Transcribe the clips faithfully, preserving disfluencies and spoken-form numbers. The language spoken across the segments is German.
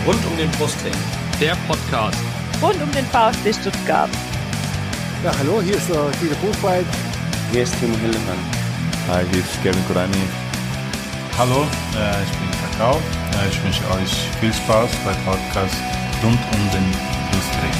Rund um den Brustring. Der Podcast. Rund um den VfB Stuttgart. Ja, hallo, hier ist der Dieter Buchwald. Hier ist Timo Hildemann. Hi, hier ist Kevin Kurani. Hallo, äh, ich bin Kakao. Äh, ich wünsche euch viel Spaß beim Podcast Rund um den Brustring.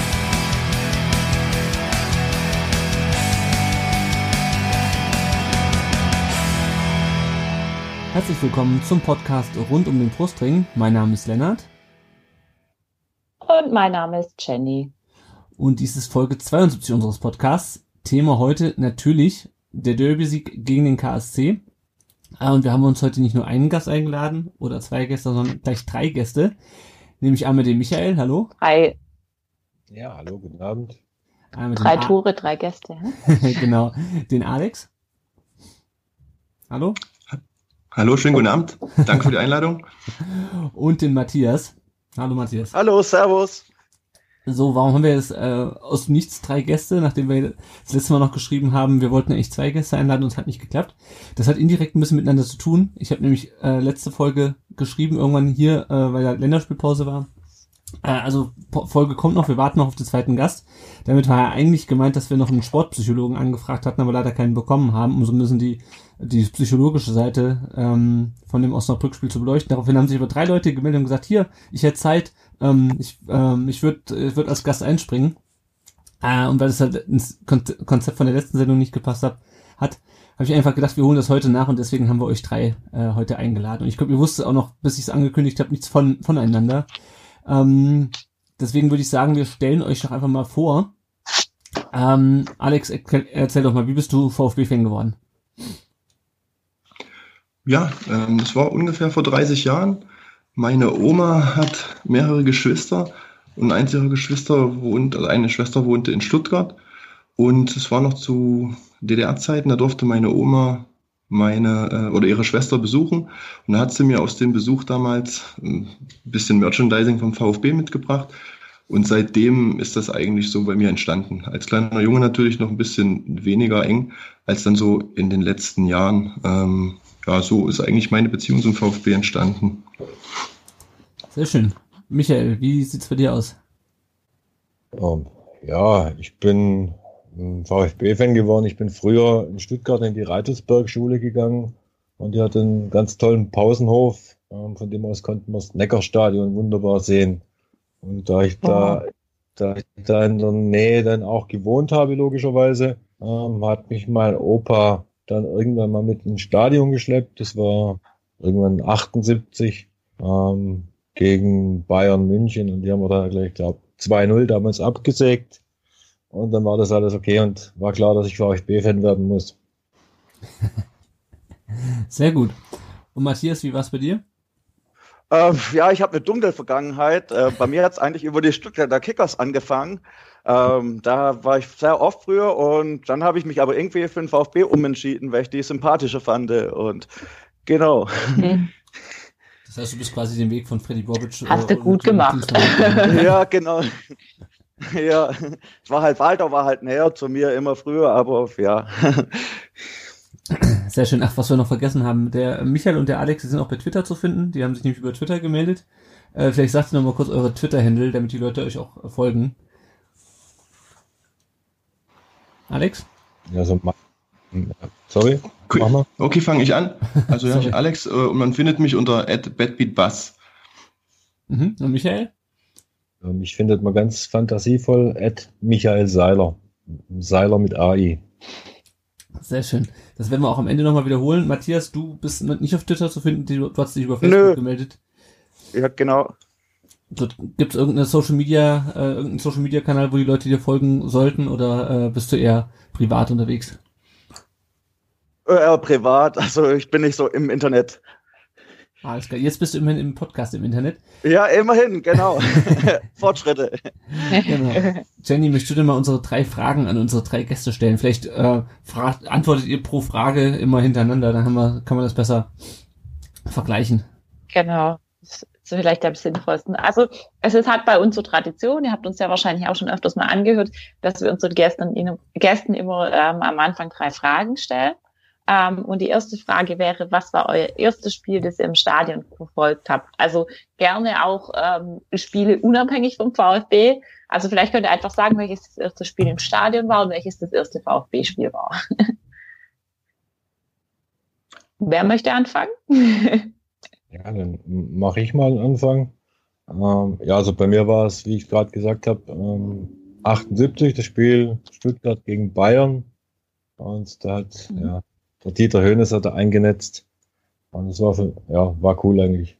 Herzlich willkommen zum Podcast Rund um den Brustring. Mein Name ist Lennart. Und mein Name ist Jenny. Und dies ist Folge zweiundsiebzig unseres Podcasts. Thema heute natürlich der Derby-Sieg gegen den K S C. Und wir haben uns heute nicht nur einen Gast eingeladen oder zwei Gäste, sondern gleich drei Gäste. Nämlich einmal den Michael, hallo. Drei. Ja, hallo, guten Abend. Drei Tore, A- drei Gäste. Genau. Den Alex. Hallo. Hallo, schönen guten Abend. Danke für die Einladung. Und den Matthias. Hallo Matthias. Hallo, servus. So, warum haben wir jetzt äh, aus dem Nichts drei Gäste, nachdem wir das letzte Mal noch geschrieben haben, wir wollten eigentlich zwei Gäste einladen und es hat nicht geklappt. Das hat indirekt ein bisschen miteinander zu tun. Ich habe nämlich äh, letzte Folge geschrieben, irgendwann hier, äh, weil ja Länderspielpause war. Äh, also po- Folge kommt noch, wir warten noch auf den zweiten Gast. Damit war ja eigentlich gemeint, dass wir noch einen Sportpsychologen angefragt hatten, aber leider keinen bekommen haben, um so ein bisschen die die psychologische Seite ähm, von dem Osnabrück-Spiel zu beleuchten. Daraufhin haben sich aber drei Leute gemeldet und gesagt, hier, ich hätte Zeit, ähm, ich ähm, ich würde ich würd als Gast einspringen. Äh, und weil das halt ins Kon- Konzept von der letzten Sendung nicht gepasst hat, hat habe ich einfach gedacht, wir holen das heute nach und deswegen haben wir euch drei äh, heute eingeladen. Und ich glaube, ihr wusstet auch noch, bis ich es angekündigt habe, nichts von voneinander. Ähm, deswegen würde ich sagen, wir stellen euch doch einfach mal vor. Ähm, Alex, er- erzähl doch mal, wie bist du VfB-Fan geworden? Ja, ähm, das war ungefähr vor dreißig Jahren. Meine Oma hat mehrere Geschwister und eins ihrer Geschwister wohnt, also eine Schwester wohnte in Stuttgart. Und es war noch zu D D R-Zeiten, da durfte meine Oma meine äh, oder ihre Schwester besuchen. Und da hat sie mir aus dem Besuch damals ein bisschen Merchandising vom VfB mitgebracht. Und seitdem ist das eigentlich so bei mir entstanden. Als kleiner Junge natürlich noch ein bisschen weniger eng als dann so in den letzten Jahren. Ähm, ja, so ist eigentlich meine Beziehung zum VfB entstanden. Sehr schön. Michael, wie sieht's bei dir aus? Um, ja, ich bin ein VfB-Fan geworden. Ich bin früher in Stuttgart in die Reitelsberg-Schule gegangen und die hat einen ganz tollen Pausenhof. Ähm, von dem aus konnten wir das Neckarstadion wunderbar sehen. Und da ich da, da ich da in der Nähe dann auch gewohnt habe, logischerweise, ähm, hat mich mein Opa dann irgendwann mal mit ins Stadion geschleppt. Das war irgendwann achtundsiebzig ähm, gegen Bayern München und die haben wir da gleich, ich glaube, zwei null damals abgesägt. Und dann war das alles okay und war klar, dass ich VfB-Fan werden muss. Sehr gut. Und Matthias, wie war's bei dir? Ähm, ja, ich habe eine dunkle Vergangenheit. Äh, bei mir hat es eigentlich über die Stuttgarter Kickers angefangen. Ähm, da war ich sehr oft früher und dann habe ich mich aber irgendwie für den VfB umentschieden, weil ich die sympathischer fand. Und genau. Mhm. Das heißt, du bist quasi den Weg von Freddy Bobic. Hast du gut gemacht. Ja, genau. Ja, es war halt Walter, war halt näher zu mir immer früher, aber ja. Sehr schön. Ach, was wir noch vergessen haben. Der Michael und der Alex, die sind auch bei Twitter zu finden. Die haben sich nämlich über Twitter gemeldet. Äh, vielleicht sagt ihr noch mal kurz eure Twitter-Handle, damit die Leute euch auch folgen. Alex? Ja, so ma- Sorry, Okay, mach mal. okay, fange ich an. Also ja, Sorry. ich bin Alex äh, und man findet mich unter at badbeatbass. Mhm. Und Michael? Ähm, Mich findet man ganz fantasievoll at Michael Seiler. Seiler mit A I. Sehr schön. Das werden wir auch am Ende nochmal wiederholen. Matthias, du bist nicht auf Twitter zu finden, du, du hast dich über Facebook Nö. gemeldet. Ja, genau. Gibt es irgendeine Social Media, äh, irgendeinen Social Media Kanal, wo die Leute dir folgen sollten, oder äh, bist du eher privat unterwegs? Äh, privat, also ich bin nicht so im Internet. Alles klar. Jetzt bist du immerhin im Podcast im Internet. Ja, immerhin, genau. Fortschritte. Genau. Jenny, möchtest du denn mal unsere drei Fragen an unsere drei Gäste stellen? Vielleicht äh, fragt, antwortet ihr pro Frage immer hintereinander, dann haben wir, kann man das besser vergleichen. Genau. Das ist vielleicht am sinnvollsten. Also es ist halt bei uns so Tradition, ihr habt uns ja wahrscheinlich auch schon öfters mal angehört, dass wir unseren Gästen, Gästen immer ähm, am Anfang drei Fragen stellen. Ähm, und die erste Frage wäre, was war euer erstes Spiel, das ihr im Stadion verfolgt habt? Also gerne auch ähm, Spiele unabhängig vom VfB. Also vielleicht könnt ihr einfach sagen, welches das erste Spiel im Stadion war und welches das erste VfB-Spiel war. Wer möchte anfangen? Ja, dann mache ich mal einen Anfang. Ähm, ja, also bei mir war es, wie ich gerade gesagt habe, ähm, achtundsiebzig, das Spiel Stuttgart gegen Bayern. Und da hat, mhm. ja, der Dieter Hoeneß hat er eingenetzt. Und es war, für, ja, war cool eigentlich.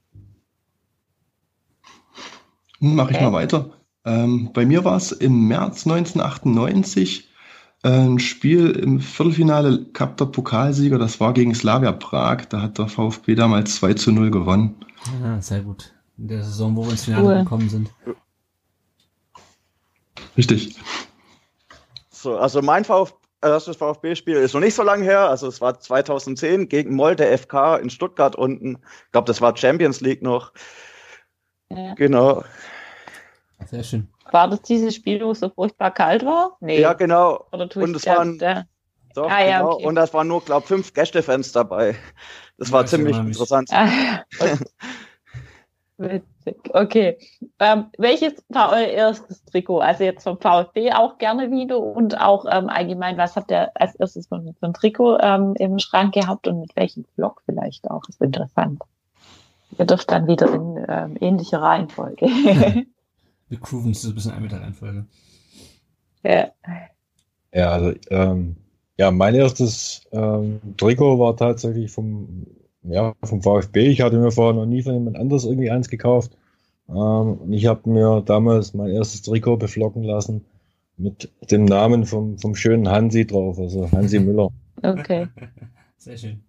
Mache ich okay. mal weiter. Ähm, bei mir war es im März neunzehnhundertachtundneunzig ein Spiel im Viertelfinale Cup der Pokalsieger. Das war gegen Slavia Prag. Da hat der VfB damals zwei zu null gewonnen. Ja, sehr gut. In der Saison, wo wir ins Finale cool. gekommen sind. Richtig. So, also mein VfB erstes VfB-Spiel ist noch nicht so lange her, also es war zweitausendzehn gegen Molde F K in Stuttgart unten. Ich glaube, das war Champions League noch. Ja. Genau. Sehr schön. War das dieses Spiel, wo es so furchtbar kalt war? Nee. Ja, genau. Oder tue und es waren, der, doch, ah, ja, genau. Okay. Und das waren nur, glaube ich, fünf Gästefans dabei. Das war ja, ziemlich interessant. Ah, witzig. Okay. Ähm, welches war euer erstes Trikot? Also jetzt vom VfB auch gerne wieder und auch ähm, allgemein, was habt ihr als erstes für, für ein Trikot ähm, im Schrank gehabt und mit welchem Block vielleicht auch? Das ist interessant. Ihr dürft dann wieder in ähm, ähnlicher Reihenfolge. Wir grooven es ein bisschen ein mit der Reihenfolge. Ja. Ja, also ähm, ja, mein erstes ähm, Trikot war tatsächlich vom Ja, vom VfB. Ich hatte mir vorher noch nie von jemand anderes irgendwie eins gekauft. Ähm, und ich habe mir damals mein erstes Trikot beflocken lassen mit dem Namen vom, vom schönen Hansi drauf, also Hansi Müller. Okay. Sehr schön.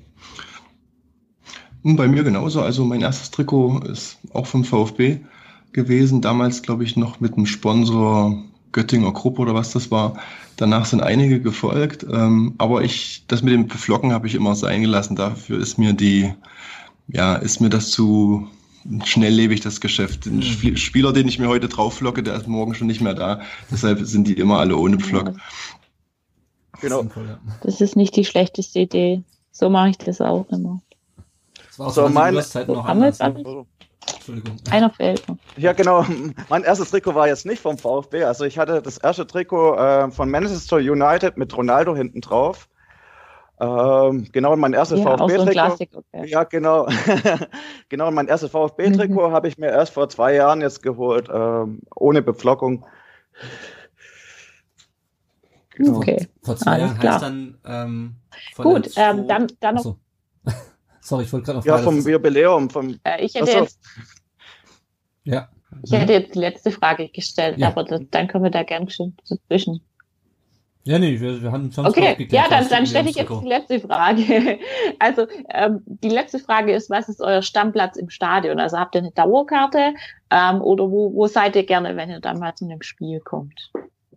Bei mir genauso. Also mein erstes Trikot ist auch vom VfB gewesen. Damals, glaube ich, noch mit dem Sponsor Göttinger Gruppe oder was das war. Danach sind einige gefolgt, ähm, aber ich, das mit dem Beflocken habe ich immer sein gelassen. Dafür ist mir die, ja, ist mir das zu schnelllebig, das Geschäft. Den mhm. Spieler, den ich mir heute drauf flocke, der ist morgen schon nicht mehr da. Deshalb sind die immer alle ohne Pflock. Genau. Das ist nicht die schlechteste Idee. So mache ich das auch immer. Das war auch so so meine Zeit noch haben wir jetzt anders. alles? Entschuldigung. Einer fehlt noch. Ja, genau. Mein erstes Trikot war jetzt nicht vom VfB. Also ich hatte das erste Trikot äh, von Manchester United mit Ronaldo hinten drauf. Ähm, genau, mein erstes ja, VfB-Trikot. So okay. Ja, genau. Genau, mein erstes VfB-Trikot mhm. habe ich mir erst vor zwei Jahren jetzt geholt, ähm, ohne Beflockung. Genau. Okay. Vor zwei Alles Jahren klar. heißt dann ähm, Gut, ähm, dann, dann noch. Achso. Sorry, ich wollte gerade noch Ja, fragen, vom das ist- Jubiläum. Vom, Äh, ich hätte Achso. jetzt, Ja. ich hätte jetzt die letzte Frage gestellt, Ja. aber das, dann können wir da gerne schon dazwischen. Ja, nee, wir, wir hatten schon Okay, ja, dann, dann stelle ich jetzt die letzte Frage. Also ähm, die letzte Frage ist, was ist euer Stammplatz im Stadion? Also habt ihr eine Dauerkarte ähm, oder wo, wo seid ihr gerne, wenn ihr dann mal zu einem Spiel kommt?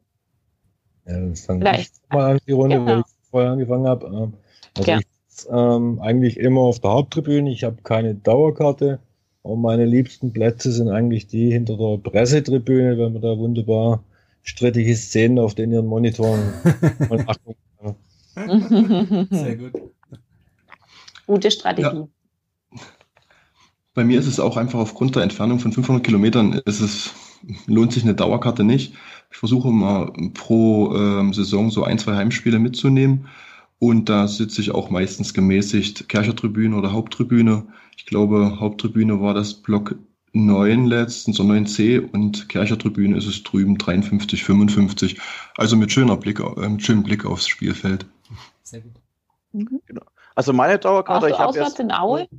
Ja, dann fange Vielleicht. ich mal an die Runde, Genau. weil ich vorher angefangen habe. Ähm, Also Ja. ich sitze ähm, eigentlich immer auf der Haupttribüne. Ich habe keine Dauerkarte. Und meine liebsten Plätze sind eigentlich die hinter der Pressetribüne, wenn man da wunderbar strittige Szenen auf den ihren Monitoren nachgucken kann. Sehr gut. Gute Strategie. Ja. Bei mir ist es auch einfach aufgrund der Entfernung von fünfhundert Kilometern, ist es, lohnt sich eine Dauerkarte nicht. Ich versuche mal pro ähm, Saison so ein, zwei Heimspiele mitzunehmen. Und da sitze ich auch meistens gemäßigt Kercher-Tribüne oder Haupttribüne. Ich glaube, Haupttribüne war das Block neun letztens, so neun C, und Kercher-Tribüne ist es drüben dreiundfünfzig, fünfundfünfzig. Also mit schöner Blick, äh, mit schönem Blick aufs Spielfeld. Sehr gut. Mhm. Also meine Dauerkarte, Warst du ich habe auswärts jetzt... in Aue?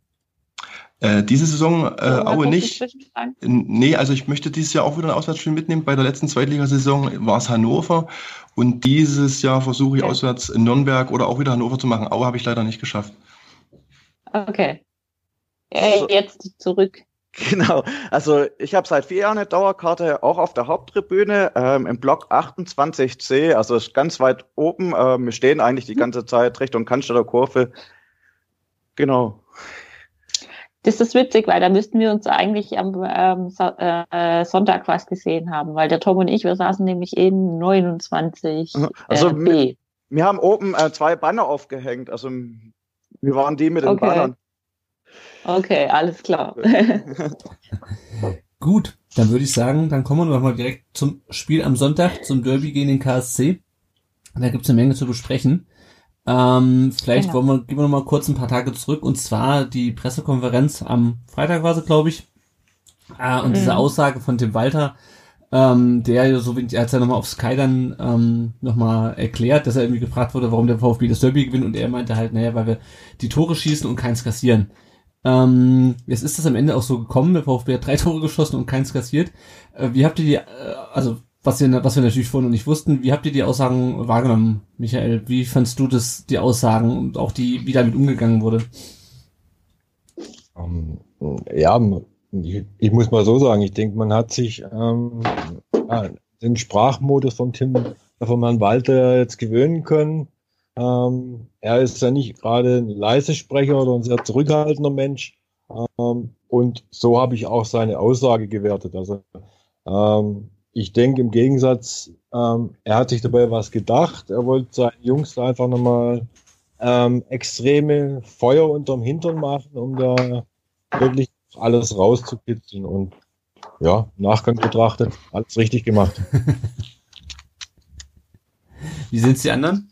Äh, diese Saison äh, Oder Aue kurz nicht. zwischenfragen? Nee, also ich möchte dieses Jahr auch wieder ein Auswärtsspiel mitnehmen. Bei der letzten Zweitligasaison war es Hannover. Und dieses Jahr versuche ich Okay. auswärts in Nürnberg oder auch wieder Hannover zu machen. Aue habe ich leider nicht geschafft. Okay. Äh, So. jetzt zurück. Genau, also ich habe seit vier Jahren eine Dauerkarte, auch auf der Haupttribüne, ähm, im Block achtundzwanzig C, also ist ganz weit oben. Ähm, wir stehen eigentlich die ganze Zeit Richtung Cannstatter Kurve. Genau. Das ist witzig, weil da müssten wir uns eigentlich am ähm, so, äh, Sonntag fast gesehen haben, weil der Tom und ich, wir saßen nämlich in neunundzwanzig Also äh, B. Wir haben oben äh, zwei Banner aufgehängt. Also wir waren die mit den Okay. Bannern. Okay, alles klar. Gut, dann würde ich sagen, dann kommen wir noch mal direkt zum Spiel am Sonntag, zum Derby gegen den K S C. Da gibt's eine Menge zu besprechen. Ähm, vielleicht Genau. wollen wir, gehen wir noch mal kurz ein paar Tage zurück, und zwar die Pressekonferenz am Freitag war sie, glaube ich. Äh, und Mhm. diese Aussage von Tim Walter, ähm, der ja so, er hat's ja nochmal auf Sky dann ähm, nochmal erklärt, dass er irgendwie gefragt wurde, warum der VfB das Derby gewinnt, und er meinte halt, naja, weil wir die Tore schießen und keins kassieren. Ähm, jetzt ist das am Ende auch so gekommen, der VfB hat drei Tore geschossen und keins kassiert. Äh, wie habt ihr die, äh, also was wir, was wir natürlich vorhin noch nicht wussten, wie habt ihr die Aussagen wahrgenommen, Michael? Wie fandst du das, die Aussagen und auch die, wie damit umgegangen wurde? Ähm, ja, ich, ich muss mal so sagen, ich denke, man hat sich ähm, ja, den Sprachmodus vom Tim, von Herrn Walter jetzt gewöhnen können. Ähm, er ist ja nicht gerade ein leiser Sprecher oder ein sehr zurückhaltender Mensch. Ähm, und so habe ich auch seine Aussage gewertet. Also ähm, ich denke im Gegensatz, ähm, er hat sich dabei was gedacht. Er wollte seinen Jungs da einfach nochmal ähm, extreme Feuer unterm Hintern machen, um da wirklich alles rauszukitzeln. Und ja, im Nachgang betrachtet, alles richtig gemacht. Wie sind's die anderen?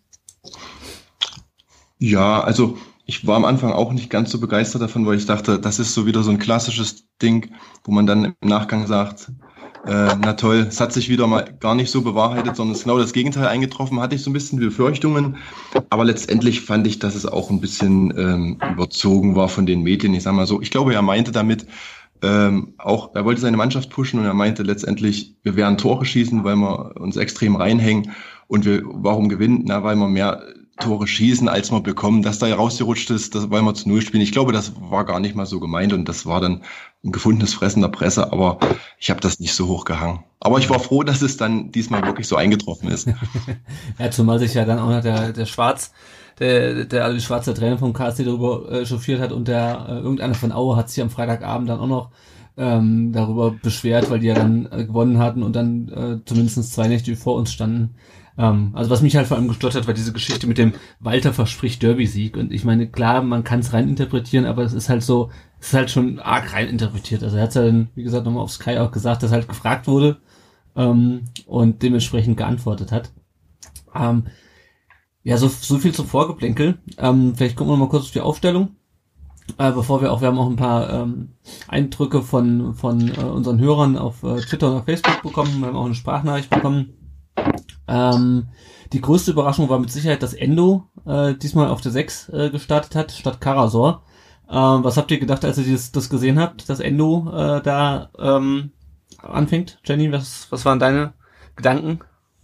Ja, also ich war am Anfang auch nicht ganz so begeistert davon, weil ich dachte, das ist so wieder so ein klassisches Ding, wo man dann im Nachgang sagt, äh, na toll, es hat sich wieder mal gar nicht so bewahrheitet, sondern es ist genau das Gegenteil eingetroffen. Hatte ich so ein bisschen Befürchtungen, aber letztendlich fand ich, dass es auch ein bisschen ähm, überzogen war von den Medien. Ich sag mal so, ich glaube, er meinte damit ähm, auch, er wollte seine Mannschaft pushen, und er meinte letztendlich, wir werden Tore schießen, weil wir uns extrem reinhängen, und wir, warum gewinnen? Na, weil wir mehr Tore schießen, als wir bekommen. Dass da rausgerutscht ist, das, weil wir zu Null spielen. Ich glaube, das war gar nicht mal so gemeint, und das war dann ein gefundenes Fressen der Presse, aber ich habe das nicht so hochgehangen. Aber ich war froh, dass es dann diesmal wirklich so eingetroffen ist. Ja, zumal sich ja dann auch noch der, der Schwarz, der, der also schwarze Trainer vom K S C darüber äh, chauffiert hat, und der äh, irgendeiner von Aue hat sich am Freitagabend dann auch noch ähm, darüber beschwert, weil die ja dann äh, gewonnen hatten und dann äh, zumindest zwei Nächte vor uns standen. Ähm, also was mich halt vor allem gestört hat, war diese Geschichte mit dem Walter verspricht Derby-Sieg. Und ich meine, klar, man kann es reininterpretieren, aber es ist halt so, es ist halt schon arg reininterpretiert. Also er hat ja dann, wie gesagt, nochmal auf Sky auch gesagt, dass halt gefragt wurde ähm, und dementsprechend geantwortet hat. Ähm, ja, so, so viel zum Vorgeplänkel. Ähm, vielleicht gucken wir mal kurz auf die Aufstellung. Äh, bevor wir auch, wir haben auch ein paar ähm, Eindrücke von von äh, unseren Hörern auf äh, Twitter und auf Facebook bekommen. Wir haben auch eine Sprachnachricht bekommen. Ähm, die größte Überraschung war mit Sicherheit, dass Endo äh, diesmal auf der sechs äh, gestartet hat, statt Karasor. Ähm, was habt ihr gedacht, als ihr das, das gesehen habt, dass Endo äh, da ähm, anfängt? Jenny, was, was waren deine Gedanken?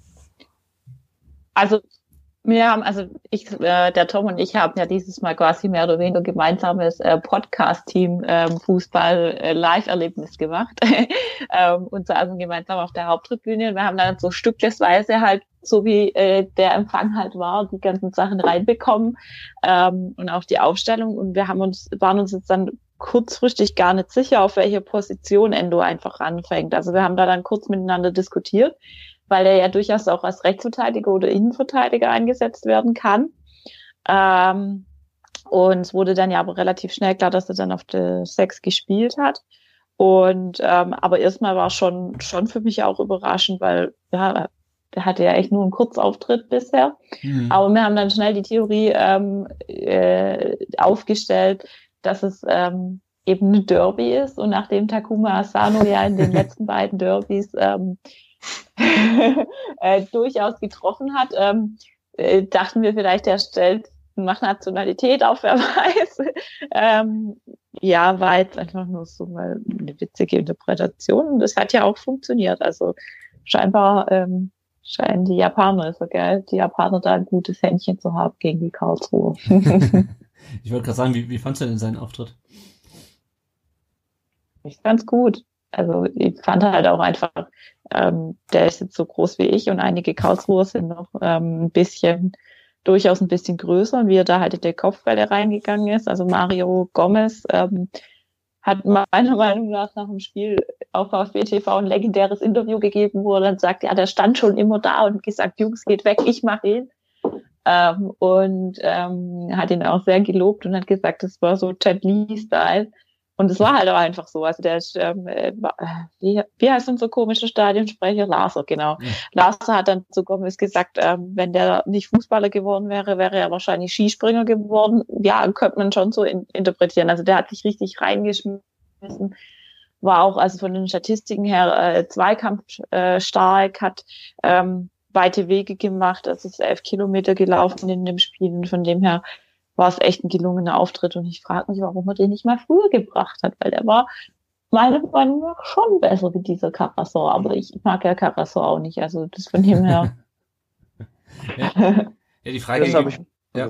Also wir haben, also ich, äh, der Tom und ich haben ja dieses Mal quasi mehr oder weniger gemeinsames äh, Podcast-Team ähm, Fußball-Live-Erlebnis gemacht ähm, und saßen gemeinsam auf der Haupttribüne. Wir haben dann so stücklesweise halt, so wie äh, der Empfang halt war, die ganzen Sachen reinbekommen ähm, und auch die Aufstellung. Und wir haben uns, waren uns jetzt dann kurzfristig gar nicht sicher, auf welche Position Endo einfach anfängt. Also wir haben da dann kurz miteinander diskutiert, weil er ja durchaus auch als Rechtsverteidiger oder Innenverteidiger eingesetzt werden kann. Ähm, und es wurde dann ja aber relativ schnell klar, dass er dann auf der sechs gespielt hat. Und ähm, aber erstmal war schon schon für mich auch überraschend, weil ja, der hatte ja echt nur einen Kurzauftritt bisher. Mhm. Aber wir haben dann schnell die Theorie ähm, äh, aufgestellt, dass es ähm, eben ein Derby ist. Und nachdem Takuma Asano ja in den letzten beiden Derbys ähm, äh, durchaus getroffen hat, ähm, äh, dachten wir vielleicht, der stellt nach Nationalität auf, wer weiß. ähm, ja, war jetzt einfach nur so mal eine witzige Interpretation, und das hat ja auch funktioniert. Also scheinbar ähm, scheinen die Japaner, ist so geil, die Japaner da ein gutes Händchen zu haben gegen die Karlsruhe. Ich wollte gerade sagen, wie, wie fandst du denn seinen Auftritt? Ich fand's gut. Also ich fand halt auch einfach, ähm, der ist jetzt so groß wie ich, und einige Karlsruher sind noch ähm, ein bisschen, durchaus ein bisschen größer, und wie er da halt in die Kopfbälle reingegangen ist. Also Mario Gomez ähm, hat meiner Meinung nach nach dem Spiel auf VfB T V ein legendäres Interview gegeben, wo er dann sagt, ja, der stand schon immer da und gesagt, Jungs, geht weg, ich mache ihn. Ähm, und ähm, hat ihn auch sehr gelobt und hat gesagt, das war so Jet Li-Style. Und es war halt auch einfach so. Also der ist, ähm, wie, wie heißt unser komischer Stadionsprecher? Larser, genau. Ja. Larser hat dann zu Gomez gesagt, ähm, wenn der nicht Fußballer geworden wäre, wäre er wahrscheinlich Skispringer geworden. Ja, könnte man schon so in, interpretieren. Also der hat sich richtig reingeschmissen. War auch also von den Statistiken her äh, zweikampfstark, äh, hat ähm, weite Wege gemacht. Also ist elf Kilometer gelaufen in dem Spiel. Und von dem her war es echt ein gelungener Auftritt und ich frage mich, warum er den nicht mal früher gebracht hat, weil der war meiner Meinung nach schon besser wie dieser Carrasco, aber ich mag ja Carrasco auch nicht, also das von dem her. ja. ja, die Frage... Das habe ich... Ja.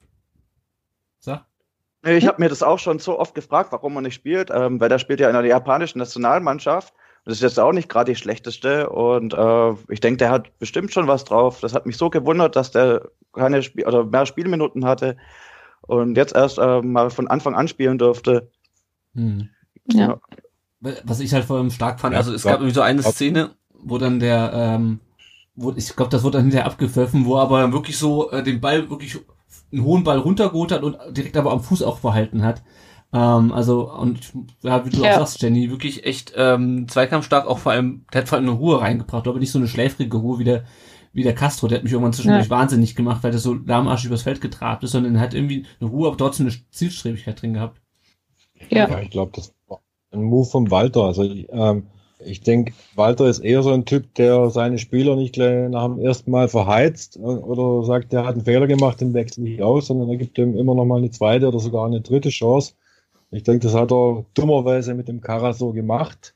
So? Ich habe mir das auch schon so oft gefragt, warum er nicht spielt, ähm, weil der spielt ja in der japanischen Nationalmannschaft. Das ist jetzt auch nicht gerade die schlechteste und äh, ich denke, der hat bestimmt schon was drauf. Das hat mich so gewundert, dass der keine Spiel oder mehr Spielminuten hatte und jetzt erst äh, mal von Anfang an spielen durfte. Hm. Ja. Was ich halt vor allem stark fand, also es gab irgendwie so eine Szene, wo dann der, ähm, wo, ich glaube, das wurde dann hinterher abgepfiffen, wo aber wirklich so äh, den Ball wirklich einen hohen Ball runtergeholt hat und direkt aber am Fuß auch verhalten hat. Ähm, also, und ja, wie du ja. auch sagst, Jenny, wirklich echt ähm, zweikampfstark, auch vor allem, der hat vor allem eine Ruhe reingebracht, aber nicht so eine schläfrige Ruhe wie der wie der Castro, der hat mich irgendwann zwischendurch ja. wahnsinnig gemacht, weil der so lahmarschig übers Feld getrabt ist, sondern er hat irgendwie eine Ruhe, aber trotzdem eine Zielstrebigkeit drin gehabt. Ja, ja ich glaube, das war ein Move vom Walter. Also ich, ähm, ich denke, Walter ist eher so ein Typ, der seine Spieler nicht gleich nach dem ersten Mal verheizt oder sagt, der hat einen Fehler gemacht, den wechselt nicht aus, sondern er gibt ihm immer noch mal eine zweite oder sogar eine dritte Chance. Ich denke, das hat er dummerweise mit dem Carrasco gemacht.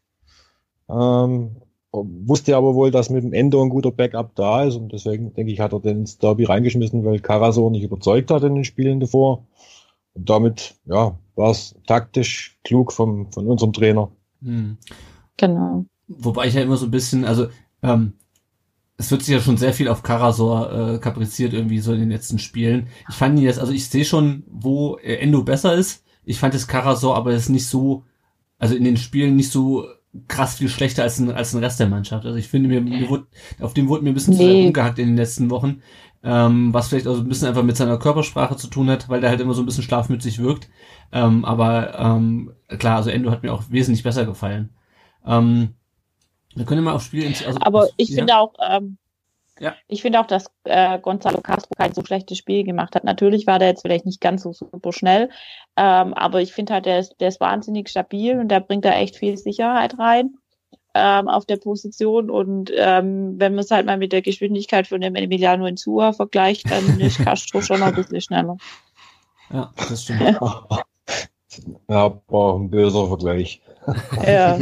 Ähm, wusste aber wohl, dass mit dem Endo ein guter Backup da ist und deswegen, denke ich, hat er den ins Derby reingeschmissen, weil Carrasco nicht überzeugt hat in den Spielen davor. Und damit, ja, war es taktisch klug vom, von unserem Trainer. Hm. Genau. Wobei ich ja immer so ein bisschen, also ähm, es wird sich ja schon sehr viel auf Carrasco äh, kapriziert irgendwie so in den letzten Spielen. Ich fand ihn jetzt, also ich sehe schon, wo Endo besser ist. Ich fand das Carrasco aber jetzt nicht so, also in den Spielen nicht so krass viel schlechter als ein, als ein Rest der Mannschaft. Also ich finde, mir, mir wurde, auf dem wurde mir ein bisschen nee. zu sehr umgehackt in den letzten Wochen, ähm, was vielleicht auch so ein bisschen einfach mit seiner Körpersprache zu tun hat, weil der halt immer so ein bisschen schlafmützig wirkt. Ähm, aber ähm, klar, also Endo hat mir auch wesentlich besser gefallen. Ähm, wir können mal aufs Spiel... Also, aber ich ja. finde auch, ähm, ja. ich finde auch, dass äh, Gonzalo Castro kein so schlechtes Spiel gemacht hat. Natürlich war der jetzt vielleicht nicht ganz so super schnell, ähm, aber ich finde halt, der ist, der ist wahnsinnig stabil und der bringt da echt viel Sicherheit rein ähm, auf der Position und ähm, wenn man es halt mal mit der Geschwindigkeit von dem Emiliano Insua vergleicht, dann ist Castro schon noch ein bisschen schneller. Ja, das stimmt. Ja, aber ein böser Vergleich. Ja.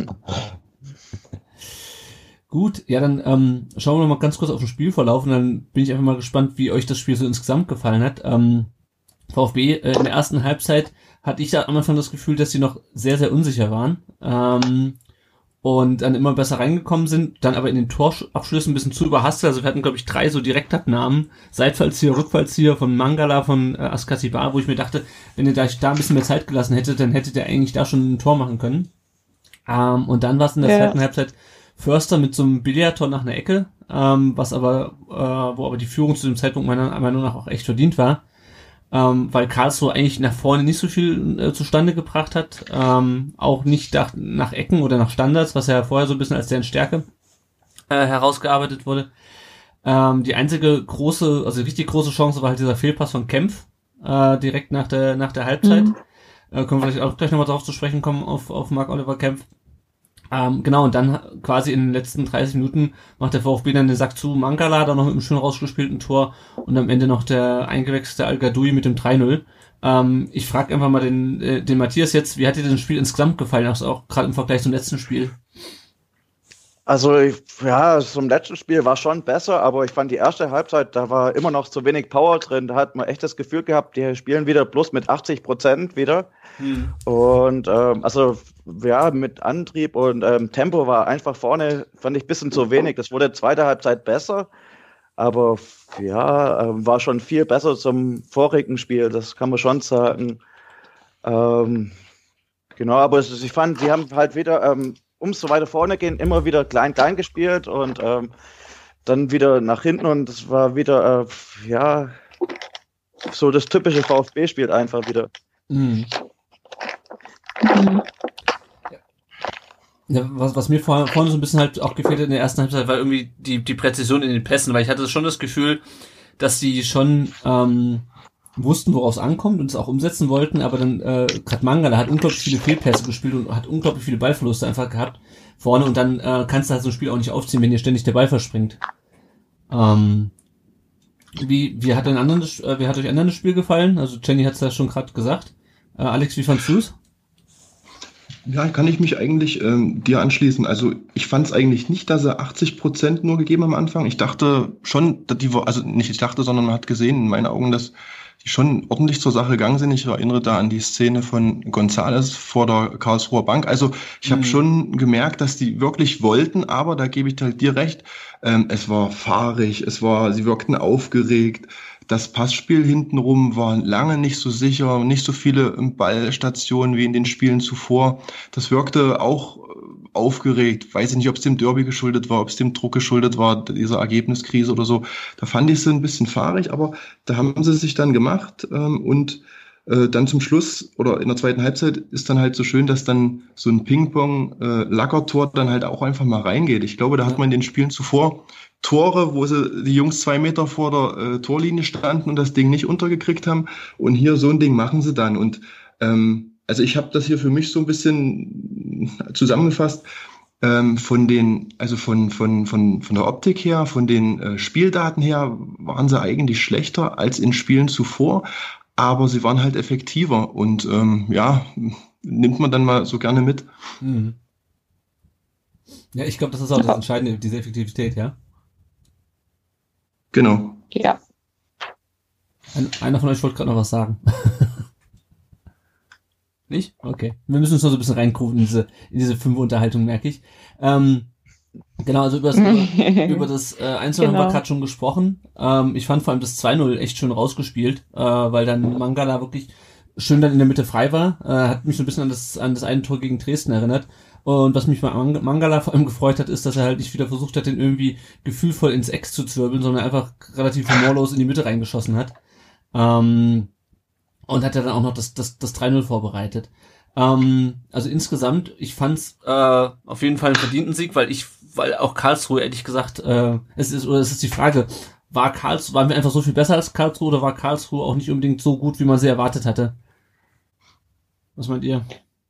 Gut, ja, dann ähm, schauen wir mal ganz kurz auf den Spielverlauf und dann bin ich einfach mal gespannt, wie euch das Spiel so insgesamt gefallen hat. Ähm, VfB, äh, in der ersten Halbzeit hatte ich da am Anfang das Gefühl, dass sie noch sehr, sehr unsicher waren ähm, und dann immer besser reingekommen sind, dann aber in den Torabschlüssen ein bisschen zu überhastet. Also wir hatten, glaube ich, drei so Direktabnahmen, Seitfallzieher, Rückfallzieher von Mangala, von äh, Askasibar, wo ich mir dachte, wenn ihr da, da ein bisschen mehr Zeit gelassen hättet, dann hättet ihr eigentlich da schon ein Tor machen können. Ähm, und dann war es in der ja. zweiten Halbzeit Förster mit so einem Billardtor nach einer Ecke, ähm, was aber, äh, wo aber die Führung zu dem Zeitpunkt meiner Meinung nach auch echt verdient war, ähm, weil Karlsruhe eigentlich nach vorne nicht so viel äh, zustande gebracht hat, ähm, auch nicht nach, nach Ecken oder nach Standards, was ja vorher so ein bisschen als deren Stärke äh, herausgearbeitet wurde. Ähm, die einzige große, also richtig große Chance war halt dieser Fehlpass von Kempf, äh, direkt nach der nach der Halbzeit. Mhm. Äh, können wir vielleicht auch gleich nochmal drauf zu sprechen kommen, auf, auf Marc-Oliver Kempf. Ähm, genau, und dann quasi in den letzten dreißig Minuten macht der VfB dann den Sack zu. Mangala da noch mit einem schön rausgespielten Tor und am Ende noch der eingewechselte Al-Gadoui mit dem drei null. Ähm, ich frage einfach mal den, äh, den Matthias jetzt, wie hat dir das Spiel insgesamt gefallen, auch, auch gerade im Vergleich zum letzten Spiel? Also ja, zum letzten Spiel war schon besser, aber ich fand die erste Halbzeit, da war immer noch zu wenig Power drin. Da hat man echt das Gefühl gehabt, die spielen wieder bloß mit achtzig Prozent wieder. Hm. Und ähm, also ja, mit Antrieb und ähm, Tempo war einfach vorne, fand ich ein bisschen zu wenig. Das wurde zweite Halbzeit besser, aber ja, äh, war schon viel besser zum vorigen Spiel, das kann man schon sagen. Ähm, genau, aber es, ich fand, sie haben halt wieder... Ähm, umso weiter vorne gehen, immer wieder klein-klein gespielt und ähm, dann wieder nach hinten und es war wieder, äh, ja, so das typische VfB-Spiel einfach wieder. Mhm. Ja, was, was mir vor, vorhin so ein bisschen halt auch gefehlt hat in der ersten Halbzeit, war irgendwie die, die Präzision in den Pässen, weil ich hatte schon das Gefühl, dass sie schon ähm, wussten, woraus es ankommt und es auch umsetzen wollten, aber dann äh, gerade Mangala hat unglaublich viele Fehlpässe gespielt und hat unglaublich viele Ballverluste einfach gehabt vorne und dann äh, kannst du halt so ein Spiel auch nicht aufziehen, wenn dir ständig der Ball verspringt. Ähm, wie, wie hat den anderen, äh, wie hat euch anderen das Spiel gefallen? Also Jenny hat es ja schon gerade gesagt. Äh, Alex, wie fandst du's? Ja, kann ich mich eigentlich ähm, dir anschließen. Also ich fand es eigentlich nicht, dass er achtzig Prozent nur gegeben am Anfang. Ich dachte schon, dass die, also nicht ich dachte, sondern man hat gesehen in meinen Augen, dass die schon ordentlich zur Sache gegangen sind. Ich erinnere da an die Szene von González vor der Karlsruher Bank. Also ich habe mhm. schon gemerkt, dass die wirklich wollten, aber da gebe ich halt dir recht, ähm, es war fahrig, es war, sie wirkten aufgeregt. Das Passspiel hintenrum war lange nicht so sicher, nicht so viele Ballstationen wie in den Spielen zuvor. Das wirkte auch aufgeregt. Weiß ich nicht, ob es dem Derby geschuldet war, ob es dem Druck geschuldet war, dieser Ergebniskrise oder so. Da fand ich sie ein bisschen fahrig, aber da haben sie sich dann gemacht ähm, und äh, dann zum Schluss oder in der zweiten Halbzeit ist dann halt so schön, dass dann so ein Ping-Pong-Lackertor dann halt auch einfach mal reingeht. Ich glaube, da hat man in den Spielen zuvor Tore, wo sie die Jungs zwei Meter vor der äh, Torlinie standen und das Ding nicht untergekriegt haben. Und hier so ein Ding machen sie dann. Und ähm, also ich habe das hier für mich so ein bisschen zusammengefasst. Ähm, von den, also von von von von der Optik her, von den äh, Spieldaten her, waren sie eigentlich schlechter als in Spielen zuvor. Aber sie waren halt effektiver. Und ähm, ja, nimmt man dann mal so gerne mit. Mhm. Ja, ich glaube, das ist auch das Entscheidende, diese Effektivität, ja. Genau. Ja. Ein, einer von euch wollte gerade noch was sagen. Nicht? Okay. Wir müssen uns noch so ein bisschen reingrooven in diese, in diese Fünfe-Unterhaltung, merke ich. Ähm, genau, also über das, über, über das äh, Einzelne genau. haben wir gerade schon gesprochen. Ähm, ich fand vor allem das zwei null echt schön rausgespielt, äh, weil dann Mangala wirklich schön dann in der Mitte frei war. Äh, hat mich so ein bisschen an das, an das eine Tor gegen Dresden erinnert. Und was mich bei Mangala vor allem gefreut hat, ist, dass er halt nicht wieder versucht hat, den irgendwie gefühlvoll ins Eck zu zwirbeln, sondern einfach relativ humorlos in die Mitte reingeschossen hat. Ähm, und hat ja dann auch noch das, das, das drei null vorbereitet. Ähm, also insgesamt, ich fand's äh, auf jeden Fall einen verdienten Sieg, weil ich, weil auch Karlsruhe, ehrlich gesagt, äh, es ist, oder es ist die Frage, war Karlsruhe, waren wir einfach so viel besser als Karlsruhe oder war Karlsruhe auch nicht unbedingt so gut, wie man sie erwartet hatte? Was meint ihr?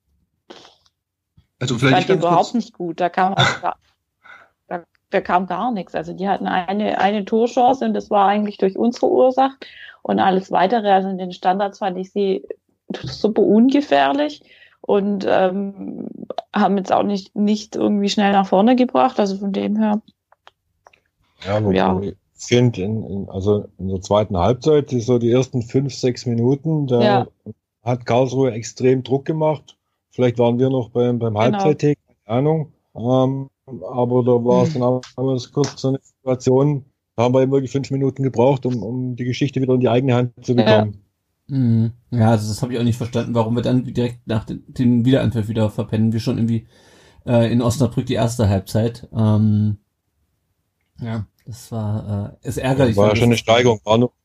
Also vielleicht ich fand überhaupt kurz. Nicht gut. Da kam also gar, da, da kam gar nichts. Also die hatten eine eine Torchance und das war eigentlich durch unsere Ursache und alles weitere. Also in den Standards fand ich sie super ungefährlich und ähm, haben jetzt auch nicht nicht irgendwie schnell nach vorne gebracht. Also von dem her. Ja, ja. Ich finde, in, in, also in der zweiten Halbzeit, so die ersten fünf, sechs Minuten, da ja. hat Karlsruhe extrem Druck gemacht. Vielleicht waren wir noch beim, beim Halbzeittag, keine Ahnung. Ähm, aber da war es dann auch kurz so eine Situation, da haben wir eben wirklich fünf Minuten gebraucht, um, um die Geschichte wieder in die eigene Hand zu bekommen. Ja, mhm. ja also das habe ich auch nicht verstanden, warum wir dann direkt nach dem, dem Wiederanpfiff wieder verpennen. Wir schon irgendwie äh, in Osnabrück die erste Halbzeit. Ähm, ja, das war äh, ist ärgerlich. Das war ja schon eine Steigerung, war nur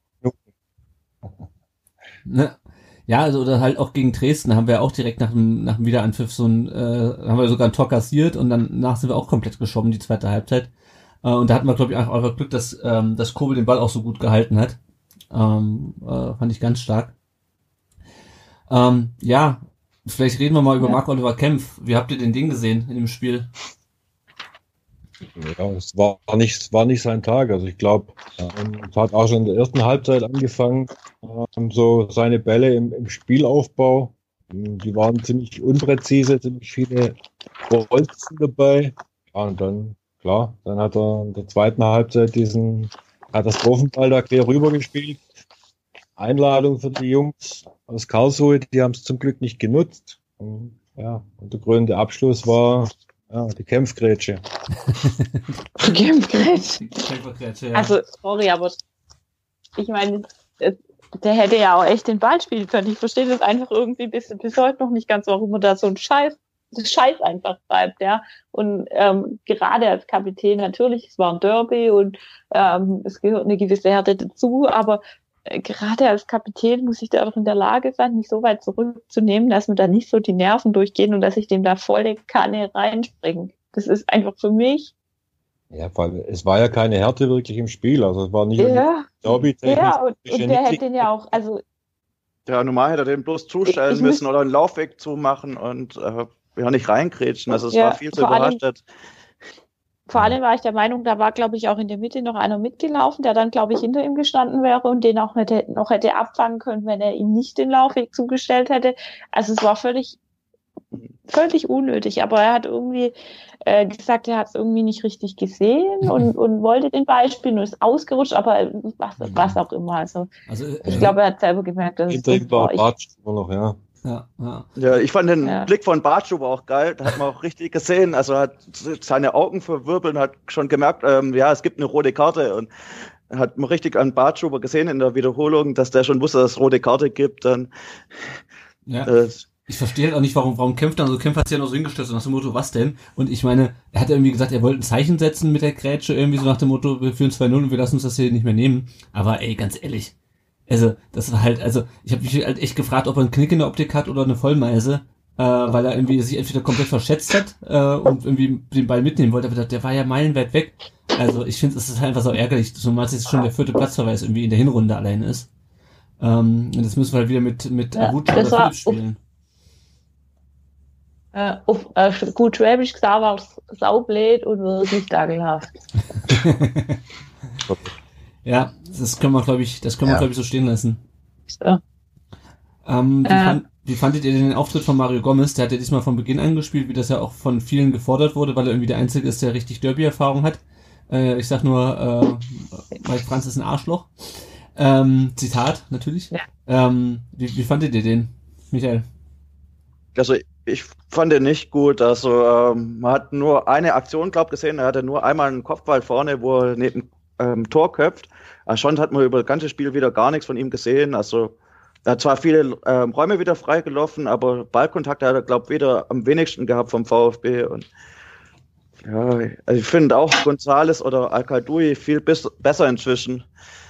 ne? Ja, also oder halt auch gegen Dresden haben wir auch direkt nach dem nach dem Wiederanpfiff so ein, äh, haben wir sogar ein Tor kassiert und dann nach sind wir auch komplett geschoben, die zweite Halbzeit. Äh, und da hatten wir, glaube ich, auch einfach Glück, dass, ähm, dass Kobel den Ball auch so gut gehalten hat. Ähm, äh, fand ich ganz stark. Ähm, ja, vielleicht reden wir mal über ja. Marc-Oliver Kempf. Wie habt ihr den Ding gesehen in dem Spiel? Ja, es war nicht, es war nicht sein Tag. Also ich glaube, ähm, es hat auch schon in der ersten Halbzeit angefangen, ähm, so seine Bälle im, im Spielaufbau. Die waren ziemlich unpräzise, ziemlich viele Bolzen dabei. Ja, und dann, klar, dann hat er in der zweiten Halbzeit diesen Katastrophenball da quer rüber gespielt. Einladung für die Jungs aus Karlsruhe, die haben es zum Glück nicht genutzt. Und, ja, und der krönende Abschluss war ja, die Kämpfgrätsche. Die Kämpfgrätsche. Ja. Also, sorry, aber ich meine, der hätte ja auch echt den Ball spielen können. Ich verstehe das einfach irgendwie bis, bis heute noch nicht ganz, warum er da so ein Scheiß, das Scheiß einfach treibt, ja. Und ähm, gerade als Kapitän natürlich, es war ein Derby und ähm, es gehört eine gewisse Härte dazu, aber äh, gerade als Kapitän muss ich da auch in der Lage sein, mich so weit zurückzunehmen, dass mir da nicht so die Nerven durchgehen und dass ich dem da volle Kanne reinspringe. Das ist einfach für mich. Ja, weil es war ja keine Härte wirklich im Spiel. Also es war nicht Ja, derby-technisch. ja und, und der hätte den ja auch, also Ja, normal hätte er den bloß zustellen Ich- ich müssen muss- oder einen Laufweg zumachen und äh, ja nicht reingrätschen. Also es Ja, war viel zu vor allem- überrascht. vor allem war ich der Meinung, da war, glaube ich, auch in der Mitte noch einer mitgelaufen, der dann, glaube ich, hinter ihm gestanden wäre und den auch hätte, noch hätte abfangen können, wenn er ihm nicht den Laufweg zugestellt hätte. Also es war völlig, völlig unnötig. Aber er hat irgendwie äh, gesagt, er hat es irgendwie nicht richtig gesehen und, und wollte den Ball spielen und ist ausgerutscht, aber was, was auch immer. Also Also, äh, ich glaube, er hat selber gemerkt, dass es Hinter ihm das war war. Ich, Bartsch immer noch, ja. ja, ja. Ja, ich fand den Ja. Blick von Bartschuber auch geil. Da hat man auch richtig gesehen. Also er hat seine Augen verwirbeln, hat schon gemerkt, ähm, ja, es gibt eine rote Karte und hat man richtig an Bartschuber gesehen in der Wiederholung, dass der schon wusste, dass es rote Karte gibt. Dann ja. äh, Ich verstehe halt auch nicht, warum, warum Kempf dann so, Kempf hat sich ja noch so hingestellt, so nach dem Motto, was denn? Und ich meine, er hat irgendwie gesagt, er wollte ein Zeichen setzen mit der Grätsche, irgendwie so nach dem Motto, wir führen zwei null und wir lassen uns das hier nicht mehr nehmen. Aber ey, ganz ehrlich, also, das war halt, also, ich habe mich halt echt gefragt, ob er einen Knick in der Optik hat oder eine Vollmeise, äh, weil er irgendwie sich entweder komplett verschätzt hat, äh, und irgendwie den Ball mitnehmen wollte, aber der war ja meilenweit weg. Also, ich finde, es ist einfach so ärgerlich, zumal es jetzt schon der vierte Platzverweis irgendwie in der Hinrunde allein ist. Ähm, und das müssen wir halt wieder mit, mit Ja, Avuto das oder war- Philipp spielen. äh, auf, äh, gut Schwäbisch gesagt war es saublöd und wirklich dagelhaft. Ja, das können wir, glaube ich, das können wir, Ja. glaube ich, so stehen lassen. So. Ähm, wie, Äh. fand, wie fandet ihr den Auftritt von Mario Gomez? Der hat ja diesmal von Beginn an gespielt, wie das ja auch von vielen gefordert wurde, weil er irgendwie der Einzige ist, der richtig Derby-Erfahrung hat. Äh, ich sag nur, äh, Mike Franz ist ein Arschloch. Ähm, Zitat, natürlich. Ja. Ähm, wie, wie fandet ihr den, Michael? Also ich fand den nicht gut. Also ähm, man hat nur eine Aktion, glaube ich, gesehen. Er hatte nur einmal einen Kopfball vorne, wo er neben ähm, Tor köpft. Aber schon hat man über das ganze Spiel wieder gar nichts von ihm gesehen. Also er hat zwar viele ähm, Räume wieder freigelaufen, aber Ballkontakt hat er, glaube ich, wieder am wenigsten gehabt vom VfB. Und ja, also ich finde auch González oder Al-Khadoui viel bis, besser inzwischen.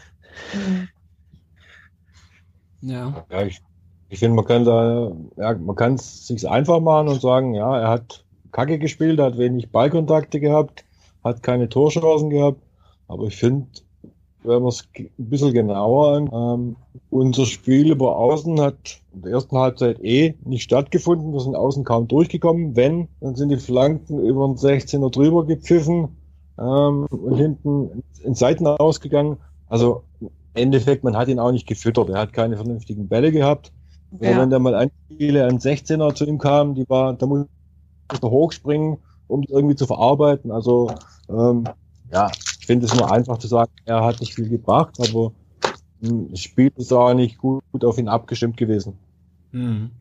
Ja. Ja, ich, ich finde, man kann da, ja, man kann es sich einfach machen und sagen, ja, er hat Kacke gespielt, hat wenig Ballkontakte gehabt, hat keine Torchancen gehabt, aber ich finde, wenn man es ein bisschen genauer an, ähm, unser Spiel über Außen hat in der ersten Halbzeit eh nicht stattgefunden, wir sind außen kaum durchgekommen, wenn, dann sind die Flanken über den sechzehner drüber gepfiffen, ähm, und hinten in Seiten ausgegangen, also im Endeffekt, man hat ihn auch nicht gefüttert, er hat keine vernünftigen Bälle gehabt. Ja. Wenn da mal ein Spiele an sechzehner zu ihm kam, die war, da muss er hochspringen, um das irgendwie zu verarbeiten. Also ähm, ja, ich finde es nur einfach zu sagen, er hat nicht viel gebracht, aber mh, das Spiel ist auch nicht gut, gut auf ihn abgestimmt gewesen. Mhm.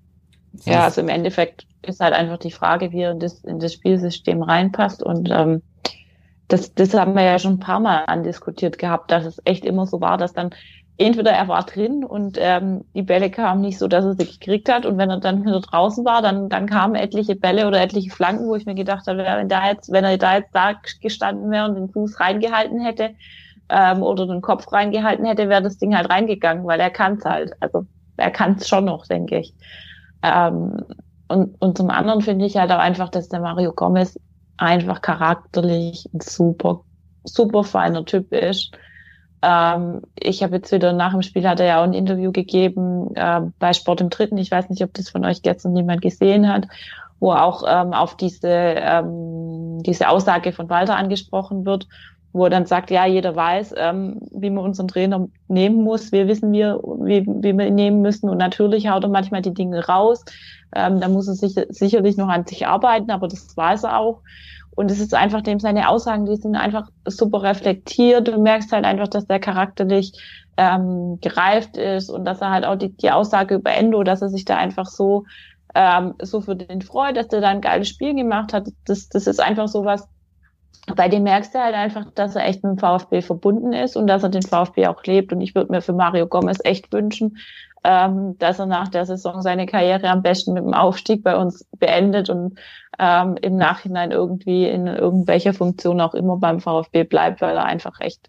Ja, also im Endeffekt ist halt einfach die Frage, wie er in das, in das Spielsystem reinpasst. Und ähm, das, das haben wir ja schon ein paar Mal andiskutiert gehabt, dass es echt immer so war, dass dann entweder er war drin und ähm, die Bälle kamen nicht so, dass er sie gekriegt hat. Und wenn er dann wieder draußen war, dann, dann kamen etliche Bälle oder etliche Flanken, wo ich mir gedacht habe, wenn, da jetzt, wenn er da jetzt da gestanden wäre und den Fuß reingehalten hätte ähm, oder den Kopf reingehalten hätte, wäre das Ding halt reingegangen, weil er kann es halt. Also er kann es schon noch, denke ich. Ähm, und, und zum anderen finde ich halt auch einfach, dass der Mario Gomez einfach charakterlich ein super, super feiner Typ ist. Ähm, ich habe jetzt wieder nach dem Spiel, hat er ja auch ein Interview gegeben äh, bei Sport im Dritten. Ich weiß nicht, ob das von euch gestern jemand gesehen hat, wo auch ähm, auf diese, ähm, diese Aussage von Walter angesprochen wird, wo er dann sagt, ja, jeder weiß, ähm, wie man unseren Trainer nehmen muss. Wir wissen, wir, wie, wie wir ihn nehmen müssen. Und natürlich haut er manchmal die Dinge raus. Ähm, da muss er sich, sicherlich noch an sich arbeiten, aber das weiß er auch. Und es ist einfach dem seine Aussagen, die sind einfach super reflektiert. Du merkst halt einfach, dass der charakterlich ähm, gereift ist und dass er halt auch die, die Aussage über Endo, dass er sich da einfach so ähm, so für den freut, dass er da ein geiles Spiel gemacht hat. Das, das ist einfach sowas. Bei dem merkst du halt einfach, dass er echt mit dem VfB verbunden ist und dass er den VfB auch lebt. Und ich würde mir für Mario Gomez echt wünschen, ähm, dass er nach der Saison seine Karriere am besten mit dem Aufstieg bei uns beendet und ähm, im Nachhinein irgendwie in irgendwelcher Funktion auch immer beim VfB bleibt, weil er einfach echt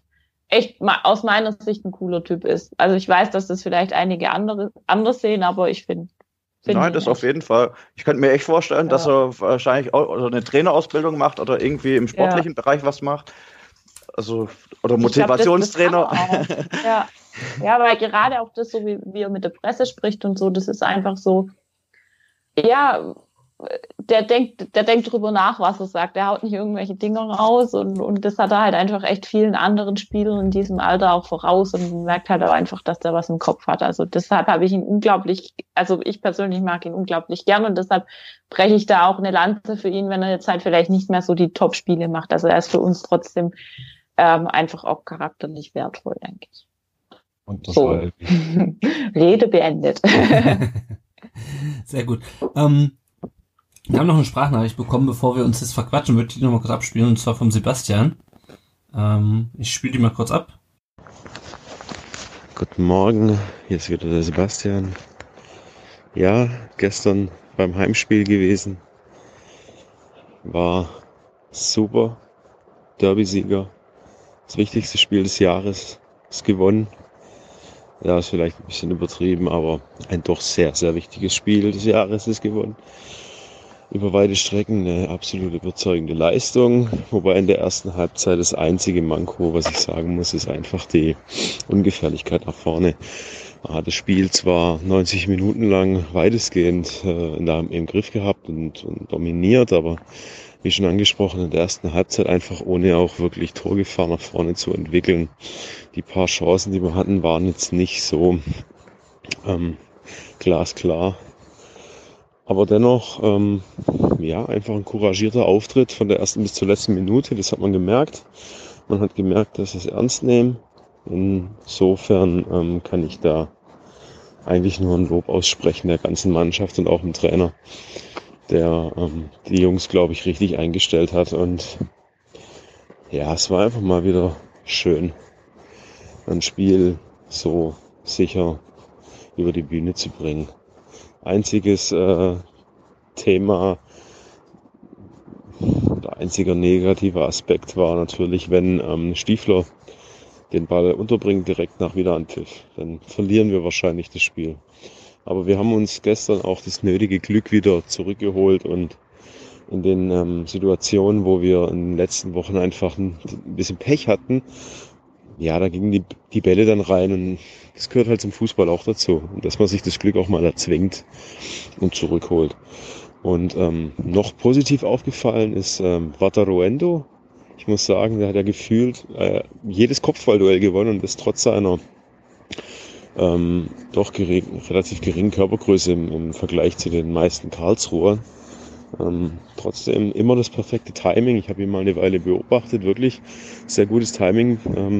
echt mal aus meiner Sicht ein cooler Typ ist. Also ich weiß, dass das vielleicht einige andere anders sehen, aber ich finde Find Nein, das echt. auf jeden Fall. Ich könnte mir echt vorstellen, Ja. dass er wahrscheinlich auch oder eine Trainerausbildung macht oder irgendwie im sportlichen ja. Bereich was macht. Also, oder Motivationstrainer. Ich glaub, das, das kann er auch. Ja. ja, weil gerade auch das, so wie, wie er mit der Presse spricht und so, das ist einfach so, ja, der denkt, der denkt drüber nach, was er sagt. Der haut nicht irgendwelche Dinger raus und, und das hat er halt einfach echt vielen anderen Spielern in diesem Alter auch voraus und man merkt halt auch einfach, dass der was im Kopf hat. Also deshalb habe ich ihn unglaublich, also ich persönlich mag ihn unglaublich gern und deshalb breche ich da auch eine Lanze für ihn, wenn er jetzt halt vielleicht nicht mehr so die Top-Spiele macht. Also er ist für uns trotzdem ähm, einfach auch charakterlich wertvoll, denke ich. So. Rede beendet. Sehr gut. Ähm, Wir haben noch eine Sprachnachricht bekommen, bevor wir uns jetzt verquatschen, würde ich die nochmal kurz abspielen, und zwar vom Sebastian. Ähm, ich spiele die mal kurz ab. Guten Morgen, hier ist wieder der Sebastian. Ja, gestern beim Heimspiel gewesen. War super. Derby-Sieger. Das wichtigste Spiel des Jahres. Ist gewonnen. Ja, ist vielleicht ein bisschen übertrieben, aber ein doch sehr, sehr wichtiges Spiel des Jahres ist gewonnen. Über weite Strecken eine absolut überzeugende Leistung, wobei in der ersten Halbzeit das einzige Manko, was ich sagen muss, ist einfach die Ungefährlichkeit nach vorne. Man hat das Spiel zwar neunzig Minuten lang weitestgehend äh, im Griff gehabt und, und dominiert, aber wie schon angesprochen, in der ersten Halbzeit einfach ohne auch wirklich Torgefahr nach vorne zu entwickeln. Die paar Chancen, die wir hatten, waren jetzt nicht so ähm, glasklar. Aber dennoch, ähm, ja, einfach ein couragierter Auftritt von der ersten bis zur letzten Minute. Das hat man gemerkt. Man hat gemerkt, dass sie es ernst nehmen. Insofern ähm, kann ich da eigentlich nur ein Lob aussprechen der ganzen Mannschaft und auch dem Trainer, der ähm, die Jungs, glaube ich, richtig eingestellt hat. Und ja, es war einfach mal wieder schön, ein Spiel so sicher über die Bühne zu bringen. Einziges äh, Thema oder einziger negativer Aspekt war natürlich, wenn ähm, Stiefler den Ball unterbringt direkt nach Wiederanpfiff. Dann verlieren wir wahrscheinlich das Spiel. Aber wir haben uns gestern auch das nötige Glück wieder zurückgeholt und in den ähm, Situationen, wo wir in den letzten Wochen einfach ein, ein bisschen Pech hatten, ja, da gingen die, die Bälle dann rein und das gehört halt zum Fußball auch dazu, dass man sich das Glück auch mal erzwingt und zurückholt. Und ähm, noch positiv aufgefallen ist ähm, Wataruendo. Ich muss sagen, der hat ja gefühlt äh, jedes Kopfballduell gewonnen und das trotz seiner ähm, doch gering, relativ geringen Körpergröße im, im Vergleich zu den meisten Karlsruher. Ähm, trotzdem immer das perfekte Timing. Ich habe ihn mal eine Weile beobachtet, wirklich sehr gutes Timing ähm,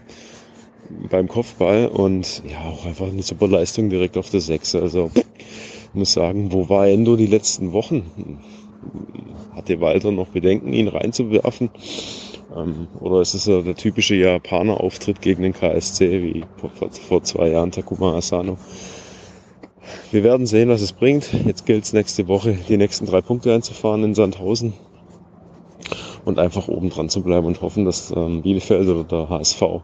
beim Kopfball und ja, auch einfach eine super Leistung direkt auf der Sechs. Also ich muss sagen, wo war Endo die letzten Wochen? Hatte Walter noch Bedenken, ihn reinzuwerfen? Ähm, oder ist es ja der typische Japaner-Auftritt gegen den K S C, wie vor, vor zwei Jahren Takuma Asano? Wir werden sehen, was es bringt. Jetzt gilt es nächste Woche, die nächsten drei Punkte einzufahren in Sandhausen und einfach oben dran zu bleiben und hoffen, dass ähm, Bielefeld oder der H S V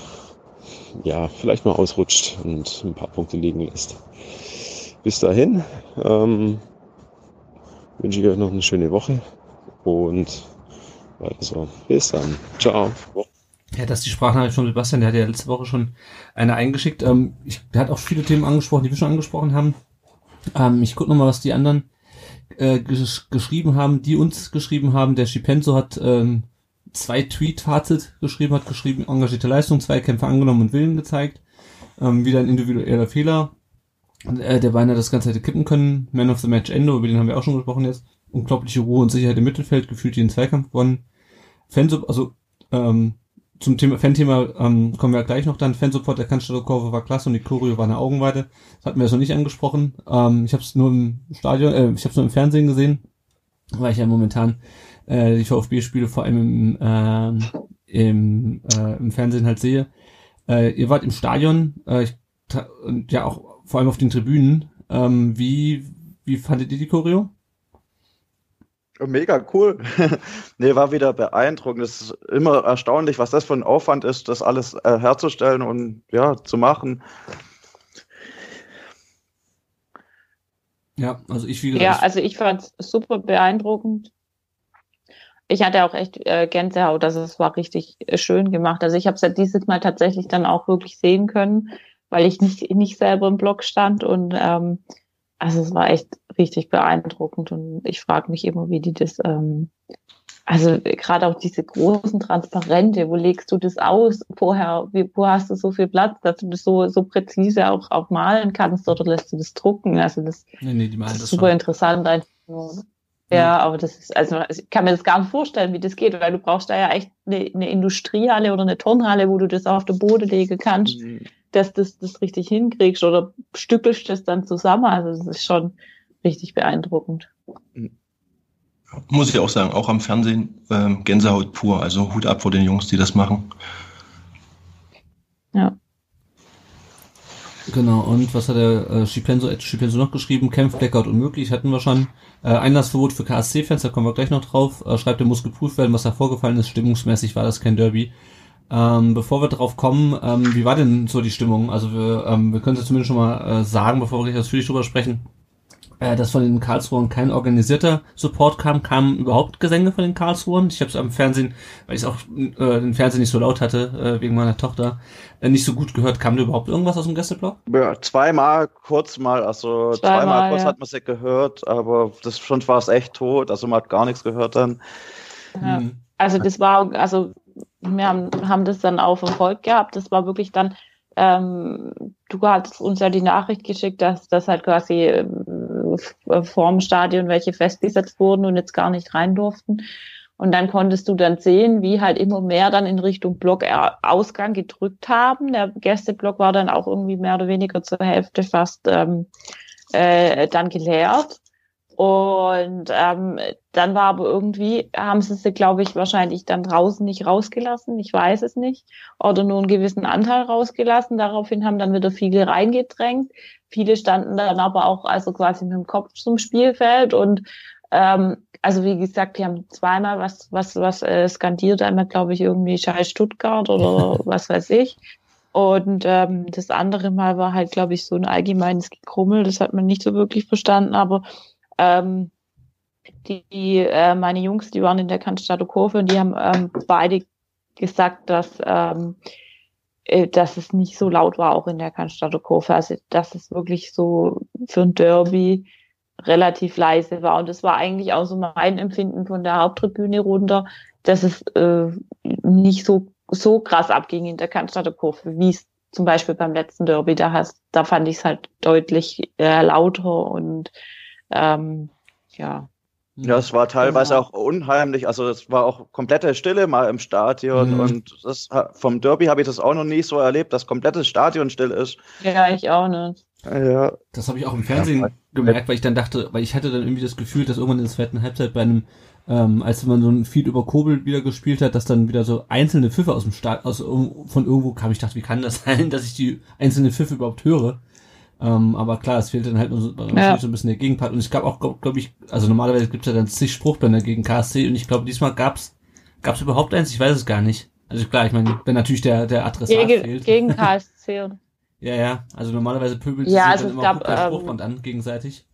ja vielleicht mal ausrutscht und ein paar Punkte liegen lässt. Bis dahin ähm, wünsche ich euch noch eine schöne Woche und weiter so. Bis dann. Ciao. Ja, das ist die Sprachnachricht von Sebastian, der hat ja letzte Woche schon eine eingeschickt. Ähm, ich, der hat auch viele Themen angesprochen, die wir schon angesprochen haben. Ähm, ich gucke nochmal, was die anderen äh, gesch- geschrieben haben, die uns geschrieben haben. Der Schipenzo hat ähm, zwei Tweet-Fazit geschrieben, hat geschrieben, engagierte Leistung, zwei Kämpfe angenommen und Willen gezeigt. Ähm, wieder ein individueller Fehler. Äh, der beinahe das Ganze hätte kippen können. Man of the Match Endo, über den haben wir auch schon gesprochen jetzt. Unglaubliche Ruhe und Sicherheit im Mittelfeld, gefühlt jeden Zweikampf gewonnen. Fansub, also ähm, zum Thema Fan-Thema ähm, kommen wir gleich noch dann. Fansupport der Cannstatter Kurve war klasse und die Choreo war eine Augenweide. Das hatten wir so nicht angesprochen. Ähm, ich habe es nur im Stadion, äh, ich habe es nur im Fernsehen gesehen, weil ich ja momentan äh, die VfB-Spiele vor allem im, äh, im, äh, im Fernsehen halt sehe. Äh, ihr wart im Stadion, äh, ich, und ja auch vor allem auf den Tribünen. Ähm, wie wie fandet ihr die Choreo? Mega cool. Nee, war wieder beeindruckend. Es ist immer erstaunlich, was das für ein Aufwand ist, das alles äh, herzustellen und ja, zu machen. Ja, also ich wie gesagt, Ja, also ich fand es super beeindruckend. Ich hatte auch echt äh, Gänsehaut, also es war richtig äh, schön gemacht. Also ich habe es ja dieses Mal tatsächlich dann auch wirklich sehen können, weil ich nicht nicht selber im Block stand und ähm, also es war echt richtig beeindruckend und ich frage mich immer, wie die das, ähm, also gerade auch diese großen Transparente, wo legst du das aus vorher, wie, wo hast du so viel Platz, dass du das so so präzise auch auch malen kannst oder lässt du das drucken? Also das, nee, nee, die malen das das ist super schon. interessant einfach nur. Ja, aber das ist, also ich kann mir das gar nicht vorstellen, wie das geht, weil du brauchst da ja echt eine, eine Industriehalle oder eine Turnhalle, wo du das auf den Boden legen kannst, Mhm. dass du das, das richtig hinkriegst oder stückelst das dann zusammen. Also das ist schon richtig beeindruckend. Muss ich auch sagen, auch am Fernsehen ähm, Gänsehaut pur. Also Hut ab vor den Jungs, die das machen. Ja. Genau, und was hat der äh, Schipenso, Ed Schipenso noch geschrieben? Kämpf, Blackout unmöglich, hatten wir schon. Äh, Einlassverbot für K S C-Fans, da kommen wir gleich noch drauf. Äh, schreibt, der muss geprüft werden, was da vorgefallen ist. Stimmungsmäßig war das kein Derby. Ähm, bevor wir drauf kommen, ähm, wie war denn so die Stimmung? Also wir, ähm, wir können es ja zumindest schon mal äh, sagen, bevor wir gleich ausführlich drüber sprechen, äh, dass von den Karlsruhern kein organisierter Support kam. Kamen überhaupt Gesänge von den Karlsruhern? Ich habe es am Fernsehen, weil ich es auch äh, den Fernseher nicht so laut hatte, äh, wegen meiner Tochter, äh, nicht so gut gehört. Kam da überhaupt irgendwas aus dem Gästeblock? Ja, zweimal kurz mal, also zweimal, Zweimal, kurz ja. hat man sie gehört, aber das schon war es echt tot, also man hat gar nichts gehört dann. Ja. Mhm. Also das war, also wir haben, haben das dann auch verfolgt gehabt. Das war wirklich dann, ähm, du hattest uns ja die Nachricht geschickt, dass das halt quasi ähm, vorm Stadion welche festgesetzt wurden und jetzt gar nicht rein durften. Und dann konntest du dann sehen, wie halt immer mehr dann in Richtung Blockausgang gedrückt haben. Der Gästeblock war dann auch irgendwie mehr oder weniger zur Hälfte fast ähm, äh, dann geleert. Und ähm, dann war aber irgendwie, haben sie sie, glaube ich, wahrscheinlich dann draußen nicht rausgelassen, ich weiß es nicht, oder nur einen gewissen Anteil rausgelassen. Daraufhin haben dann wieder viele reingedrängt. Viele standen dann aber auch also quasi mit dem Kopf zum Spielfeld und ähm, also wie gesagt, die haben zweimal was was was äh, skandiert, einmal glaube ich irgendwie Scheiß Stuttgart oder was weiß ich. Und ähm, das andere Mal war halt, glaube ich, so ein allgemeines Gekrummel, das hat man nicht so wirklich verstanden, aber Ähm, die, die äh, meine Jungs, die waren in der Cannstatter Kurve und die haben ähm, beide gesagt, dass ähm, äh, dass es nicht so laut war, auch in der Cannstatter Kurve, also dass es wirklich so für ein Derby relativ leise war. Und das war eigentlich auch so mein Empfinden von der Haupttribüne runter, dass es äh, nicht so so krass abging in der Cannstatter Kurve, wie es zum Beispiel beim letzten Derby, da hast, da fand ich es halt deutlich äh, lauter und Ähm, ja. Ja, es war teilweise Genau. auch unheimlich, also es war auch komplette Stille mal im Stadion Mhm. und das, vom Derby habe ich das auch noch nie so erlebt, dass komplettes Stadion still ist. Ja, ich auch nicht. Ja, Das habe ich auch im Fernsehen Ja, gemerkt, weil ich dann dachte, weil ich hatte dann irgendwie das Gefühl, dass irgendwann in der zweiten Halbzeit bei einem, ähm, als man so ein Feed über Kobel wieder gespielt hat, dass dann wieder so einzelne Pfiffe aus dem Start, aus irg- von irgendwo kam. Ich dachte, wie kann das sein, dass ich die einzelnen Pfiffe überhaupt höre? Ähm, aber klar, es fehlt dann halt nur so, Ja. so ein bisschen der Gegenpart. Und es gab auch, glaube glaub ich, also normalerweise gibt es ja dann zig Spruchbänder gegen K S C und ich glaube, diesmal gab's gab's überhaupt eins, ich weiß es gar nicht. Also klar, ich meine, wenn natürlich der der Adressat Gegen, fehlt. gegen K S C. oder? Ja, ja, also normalerweise pöbelt Ja, sie also dann es immer gab, gut per ähm, Spruchband an, gegenseitig.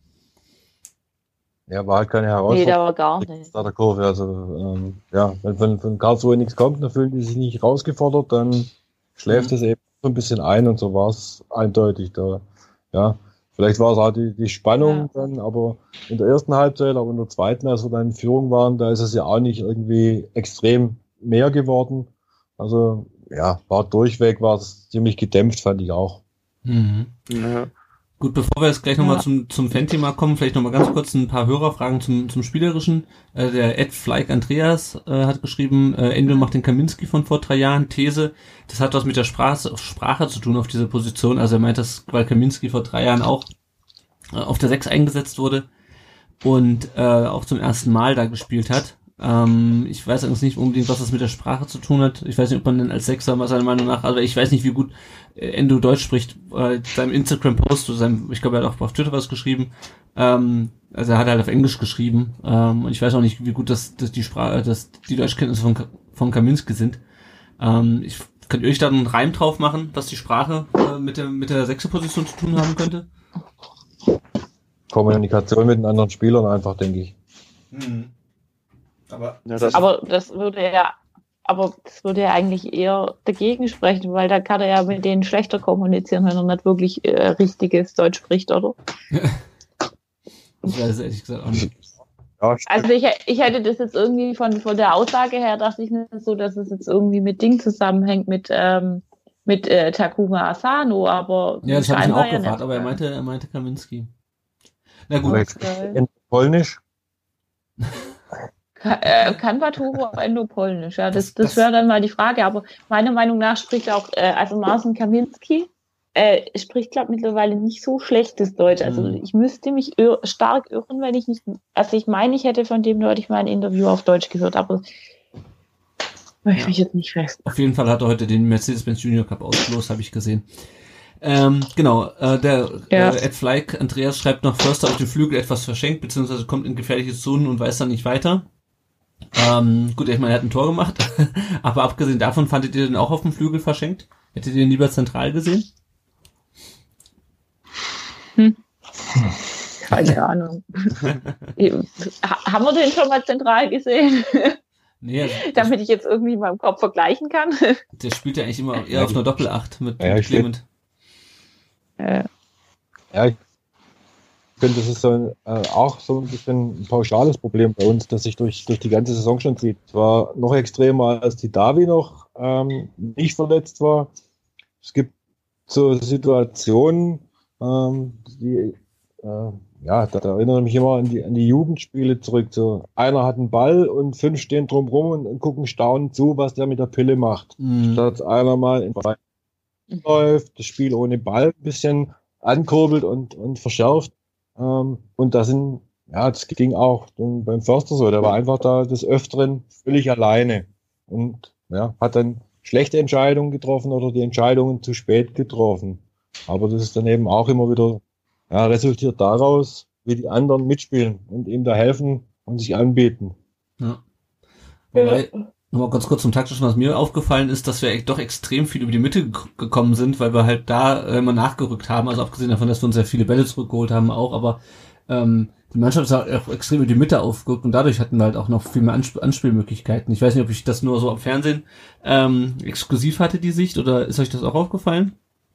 Ja, war halt keine Nee, Herausforderung. da war gar nicht. Nach der Kurve. Also ähm, ja, wenn von, von Karlsruhe nichts kommt, dann fühlen die sich nicht herausgefordert, dann schläft Mhm. es eben so ein bisschen ein und so war es eindeutig da. Ja, vielleicht war es auch die, die Spannung Ja. dann, aber in der ersten Halbzeit, aber in der zweiten, als wir dann in Führung waren, da ist es ja auch nicht irgendwie extrem mehr geworden. Also ja, war durchweg, war es ziemlich gedämpft, fand ich auch. Mhm. ja. Gut, bevor wir jetzt gleich nochmal Ja. zum, zum Fan-Thema kommen, vielleicht nochmal ganz kurz ein paar Hörerfragen zum, zum Spielerischen. Äh, der Ed Fleik Andreas äh, hat geschrieben, äh, Endo macht den Kaminski von vor drei Jahren. These, das hat was mit der Sprache, Sprache zu tun auf dieser Position. Also er meint, dass weil Kaminski vor drei Jahren auch äh, auf der sechs eingesetzt wurde und äh, auch zum ersten Mal da gespielt hat. Ähm, ich weiß allerdings nicht unbedingt, was das mit der Sprache zu tun hat. Ich weiß nicht, ob man denn als Sechser, was seiner Meinung nach, also ich weiß nicht, wie gut äh, Endo Deutsch spricht. Äh, seinem Instagram-Post, oder seinem, ich glaube, er hat auch auf Twitter was geschrieben. Ähm, Also er hat halt auf Englisch geschrieben. Ähm, und ich weiß auch nicht, wie gut das, das die Sprache, das die Deutschkenntnisse von von Kaminski sind. Ähm, ich könnt ihr euch da einen Reim drauf machen, was die Sprache äh, mit der mit der Sechserposition zu tun haben könnte? Kommunikation mit den anderen Spielern einfach, denke ich. Mhm. Aber, Ja, das, Aber das würde ja, aber das würde ja eigentlich eher dagegen sprechen, weil da kann er ja mit denen schlechter kommunizieren, wenn er nicht wirklich äh, richtiges Deutsch spricht, oder? ich weiß es ehrlich gesagt auch nicht. Ja, Also ich, ich hätte das jetzt irgendwie von, von der Aussage her, dachte ich nicht so, dass es jetzt irgendwie mit Ding zusammenhängt, mit, ähm, mit äh, Takuma Asano, aber Ja, das habe ich ihn scheinbar auch ja gefragt, nicht. aber er meinte, er meinte Kaminski. Na gut. aber jetzt in Polnisch. Ka- äh, kann Baturo nur Polnisch, ja, das, Das- das wäre dann mal die Frage, aber meiner Meinung nach spricht auch, äh, also Marcin Kaminski, äh, spricht, glaube ich, mittlerweile nicht so schlechtes Deutsch, also Mhm. ich müsste mich ir- stark irren, wenn ich nicht, also ich meine, ich hätte von dem neulich mal ein Interview auf Deutsch gehört, aber möchte Ja. mich jetzt nicht fest. Auf jeden Fall hat er heute den Mercedes-Benz Junior Cup ausgelost, habe ich gesehen. Ähm, genau, äh, der Ja. äh, Ed Fleig, Andreas schreibt noch, Förster auf dem Flügel etwas verschenkt, beziehungsweise kommt in gefährliche Zonen und weiß dann nicht weiter. Ähm, gut, ich meine, er hat ein Tor gemacht, aber abgesehen davon, fandet ihr den auch auf dem Flügel verschenkt? Hättet ihr ihn lieber zentral gesehen? Keine Ahnung. Ha- Haben wir den schon mal zentral gesehen? Nee, also, der, Damit ich jetzt irgendwie in meinem Kopf vergleichen kann. der spielt ja eigentlich immer eher auf einer Doppelacht mit, Ja, mit ich Clement. Äh, Ja, ich finde, das ist so ein, äh, auch so ein bisschen ein pauschales Problem bei uns, das sich durch, durch die ganze Saison schon zieht. Es war noch extremer, als die Davi noch ähm, nicht verletzt war. Es gibt so Situationen, ähm, die, äh, ja, da, da erinnere ich mich immer an die, an die Jugendspiele zurück. So, einer hat einen Ball und fünf stehen drumrum und, und gucken staunend zu, was der mit der Pille macht. Mhm. Statt einer mal in Bein läuft, das Spiel ohne Ball ein bisschen ankurbelt und, und verschärft. Ähm, und da sind, ja, das ging auch beim Förster so, der war einfach da des Öfteren völlig alleine und ja, hat dann schlechte Entscheidungen getroffen oder die Entscheidungen zu spät getroffen. Aber das ist dann eben auch immer wieder, ja, resultiert daraus, wie die anderen mitspielen und ihm da helfen und sich anbieten. Ja. Wobei, nochmal ganz kurz zum Taktischen, was mir aufgefallen ist, dass wir echt doch extrem viel über die Mitte ge- gekommen sind, weil wir halt da äh, immer nachgerückt haben, also abgesehen davon, dass wir uns sehr viele Bälle zurückgeholt haben auch, aber ähm, die Mannschaft ist auch extrem über die Mitte aufgerückt und dadurch hatten wir halt auch noch viel mehr Ansp- Anspielmöglichkeiten. Ich weiß nicht, ob ich das nur so am Fernsehen ähm, exklusiv hatte, die Sicht, oder ist euch das auch aufgefallen?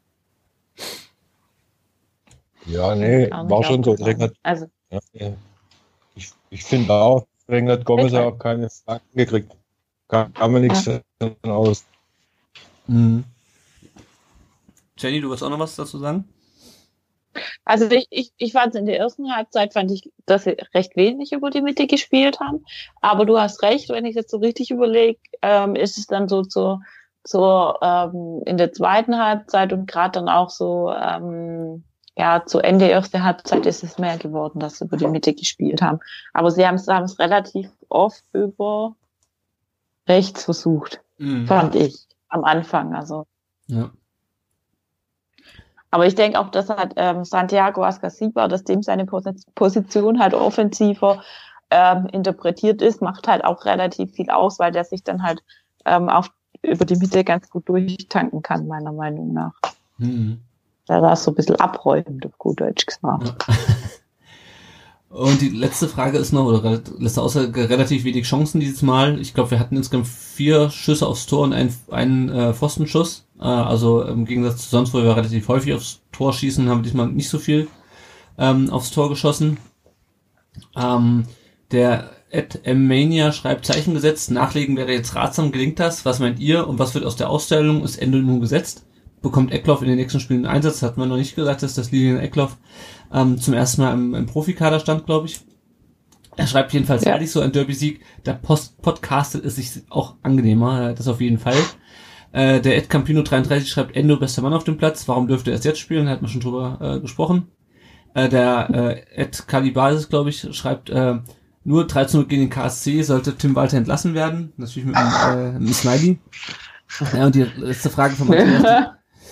Ja, nee, Auch nicht war schon so. aufgefallen. Deswegen hat, Also, ja, ich ich finde auch, deswegen hat Gomez Bitte. ja auch keine Flanken gekriegt. Kann, kann man nichts davon aus. Mhm. Jenny, du willst auch noch was dazu sagen? also ich, ich, ich fand in der ersten Halbzeit, fand ich, dass sie recht wenig über die Mitte gespielt haben. Aber du hast recht, wenn ich jetzt so richtig überlege, ähm, ist es dann so zur, zur ähm, in der zweiten Halbzeit und gerade dann auch so ähm, ja zu Ende erste Halbzeit ist es mehr geworden, dass sie über die Mitte gespielt haben. Aber sie haben es haben es relativ oft über rechts versucht, Mhm. fand ich am Anfang. Also Ja. aber ich denke auch, dass halt ähm, Santiago Ascasiba, dass dem seine Pos- Position halt offensiver ähm, interpretiert ist, macht halt auch relativ viel aus, weil der sich dann halt ähm, auf, über die Mitte ganz gut durchtanken kann, meiner Meinung nach. Mhm. Da war es so ein bisschen abräumend, auf gut Deutsch gesagt. Ja. Und die letzte Frage ist noch, oder re- letzte Aussage, relativ wenig Chancen dieses Mal. Ich glaube, wir hatten insgesamt vier Schüsse aufs Tor und einen, einen äh, Pfostenschuss. Äh, also im Gegensatz zu sonst, wo wir relativ häufig aufs Tor schießen, haben wir diesmal nicht so viel ähm, aufs Tor geschossen. Ähm, der Ed M. Mania schreibt, Zeichen gesetzt, nachlegen wäre jetzt ratsam, gelingt das? Was meint ihr und was wird aus der Ausstellung? Ist Ende nun gesetzt? Bekommt Eckloff in den nächsten Spielen einen Einsatz? Hat man noch nicht gesagt, dass das Lilian Eckloff ähm, zum ersten Mal im, im Profikader stand, glaube ich. Er schreibt jedenfalls Ja. ehrlich so, ein Derby-Sieg, der Post podcastet ist sich auch angenehmer, äh, das auf jeden Fall. Äh, der Ed Campino dreiunddreißig schreibt, Endo, bester Mann auf dem Platz, warum dürfte er erst jetzt spielen? Da hat man schon drüber äh, gesprochen. Äh, der äh, Ed Calibasis, glaube ich, schreibt, äh, nur drei zu null gegen den K S C sollte Tim Walter entlassen werden. Natürlich mit einem, äh, einem Smiley. Ja, und die letzte Frage von Matthias.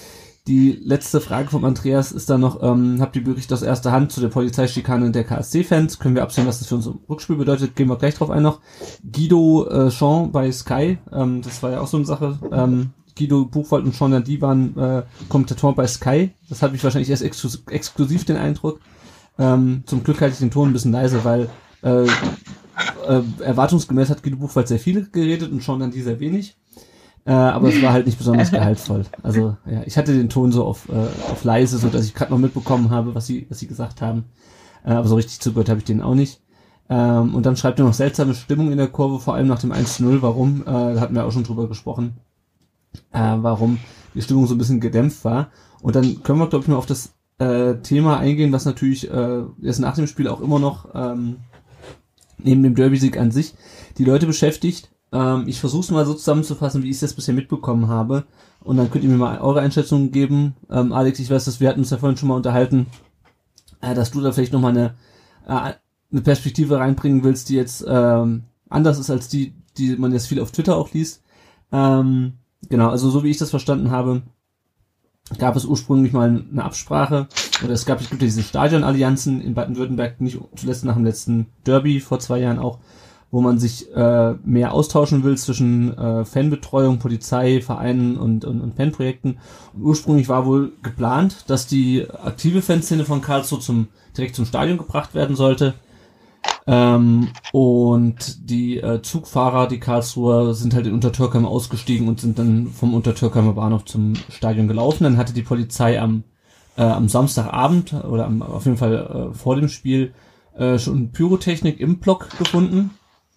Die letzte Frage vom Andreas ist dann noch, ähm, habt ihr Bericht aus erster Hand zu der Polizeischikane der K S C-Fans? Können wir absehen, was das für unser Rückspiel bedeutet? Gehen wir gleich drauf ein noch. Guido äh, Jean bei Sky, ähm, das war ja auch so eine Sache. Ähm, Guido Buchwald und Jean Nandy waren äh, Kommentatoren bei Sky. Das habe ich wahrscheinlich erst exklusiv, exklusiv den Eindruck. Ähm, zum Glück halte ich den Ton ein bisschen leise, weil äh, äh, erwartungsgemäß hat Guido Buchwald sehr viel geredet und Jean Nandy sehr wenig. Äh, aber es war halt nicht besonders gehaltvoll. Also ja, ich hatte den Ton so auf, äh, auf leise, so dass ich gerade noch mitbekommen habe, was sie was sie gesagt haben. Äh, aber so richtig zugehört habe ich denen auch nicht. Ähm, und dann schreibt er noch seltsame Stimmung in der Kurve, vor allem nach dem eins zu null. Warum? Äh, da hatten wir auch schon drüber gesprochen. Äh, warum die Stimmung so ein bisschen gedämpft war. Und dann können wir, glaube ich, mal auf das äh, Thema eingehen, was natürlich äh, jetzt nach dem Spiel auch immer noch ähm, neben dem Derby-Sieg an sich die Leute beschäftigt. Ähm, ich versuche es mal so zusammenzufassen, wie ich es jetzt bisher mitbekommen habe. Und dann könnt ihr mir mal eure Einschätzungen geben. Ähm, Alex, ich weiß, dass wir hatten uns ja vorhin schon mal unterhalten, äh, dass du da vielleicht nochmal eine, äh, eine Perspektive reinbringen willst, die jetzt ähm, anders ist als die, die man jetzt viel auf Twitter auch liest. Ähm, genau, also so wie ich das verstanden habe, gab es ursprünglich mal eine Absprache, oder es gab, es gibt ja diese Stadionallianzen in Baden-Württemberg, nicht zuletzt nach dem letzten Derby vor zwei Jahren auch, wo man sich äh, mehr austauschen will zwischen äh, Fanbetreuung, Polizei, Vereinen und, und, und Fanprojekten. Und ursprünglich war wohl geplant, dass die aktive Fanszene von Karlsruhe zum, direkt zum Stadion gebracht werden sollte. Ähm, und die äh, Zugfahrer, die Karlsruher, sind halt in Untertürkheim ausgestiegen und sind dann vom Untertürkheimer Bahnhof zum Stadion gelaufen. Dann hatte die Polizei am, äh, am Samstagabend oder am, auf jeden Fall äh, vor dem Spiel äh, schon Pyrotechnik im Block gefunden.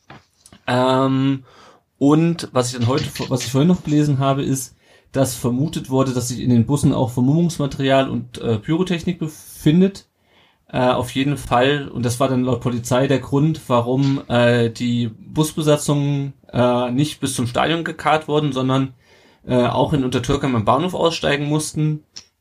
Ähm, und was ich dann heute, was ich vorhin noch gelesen habe, ist, dass vermutet wurde, dass sich in den Bussen auch Vermummungsmaterial und äh, Pyrotechnik befindet. Äh, auf jeden Fall, und das war dann laut Polizei der Grund, warum äh, die Busbesatzungen äh, nicht bis zum Stadion gekarrt wurden, sondern äh, auch in Untertürkheim am Bahnhof aussteigen mussten.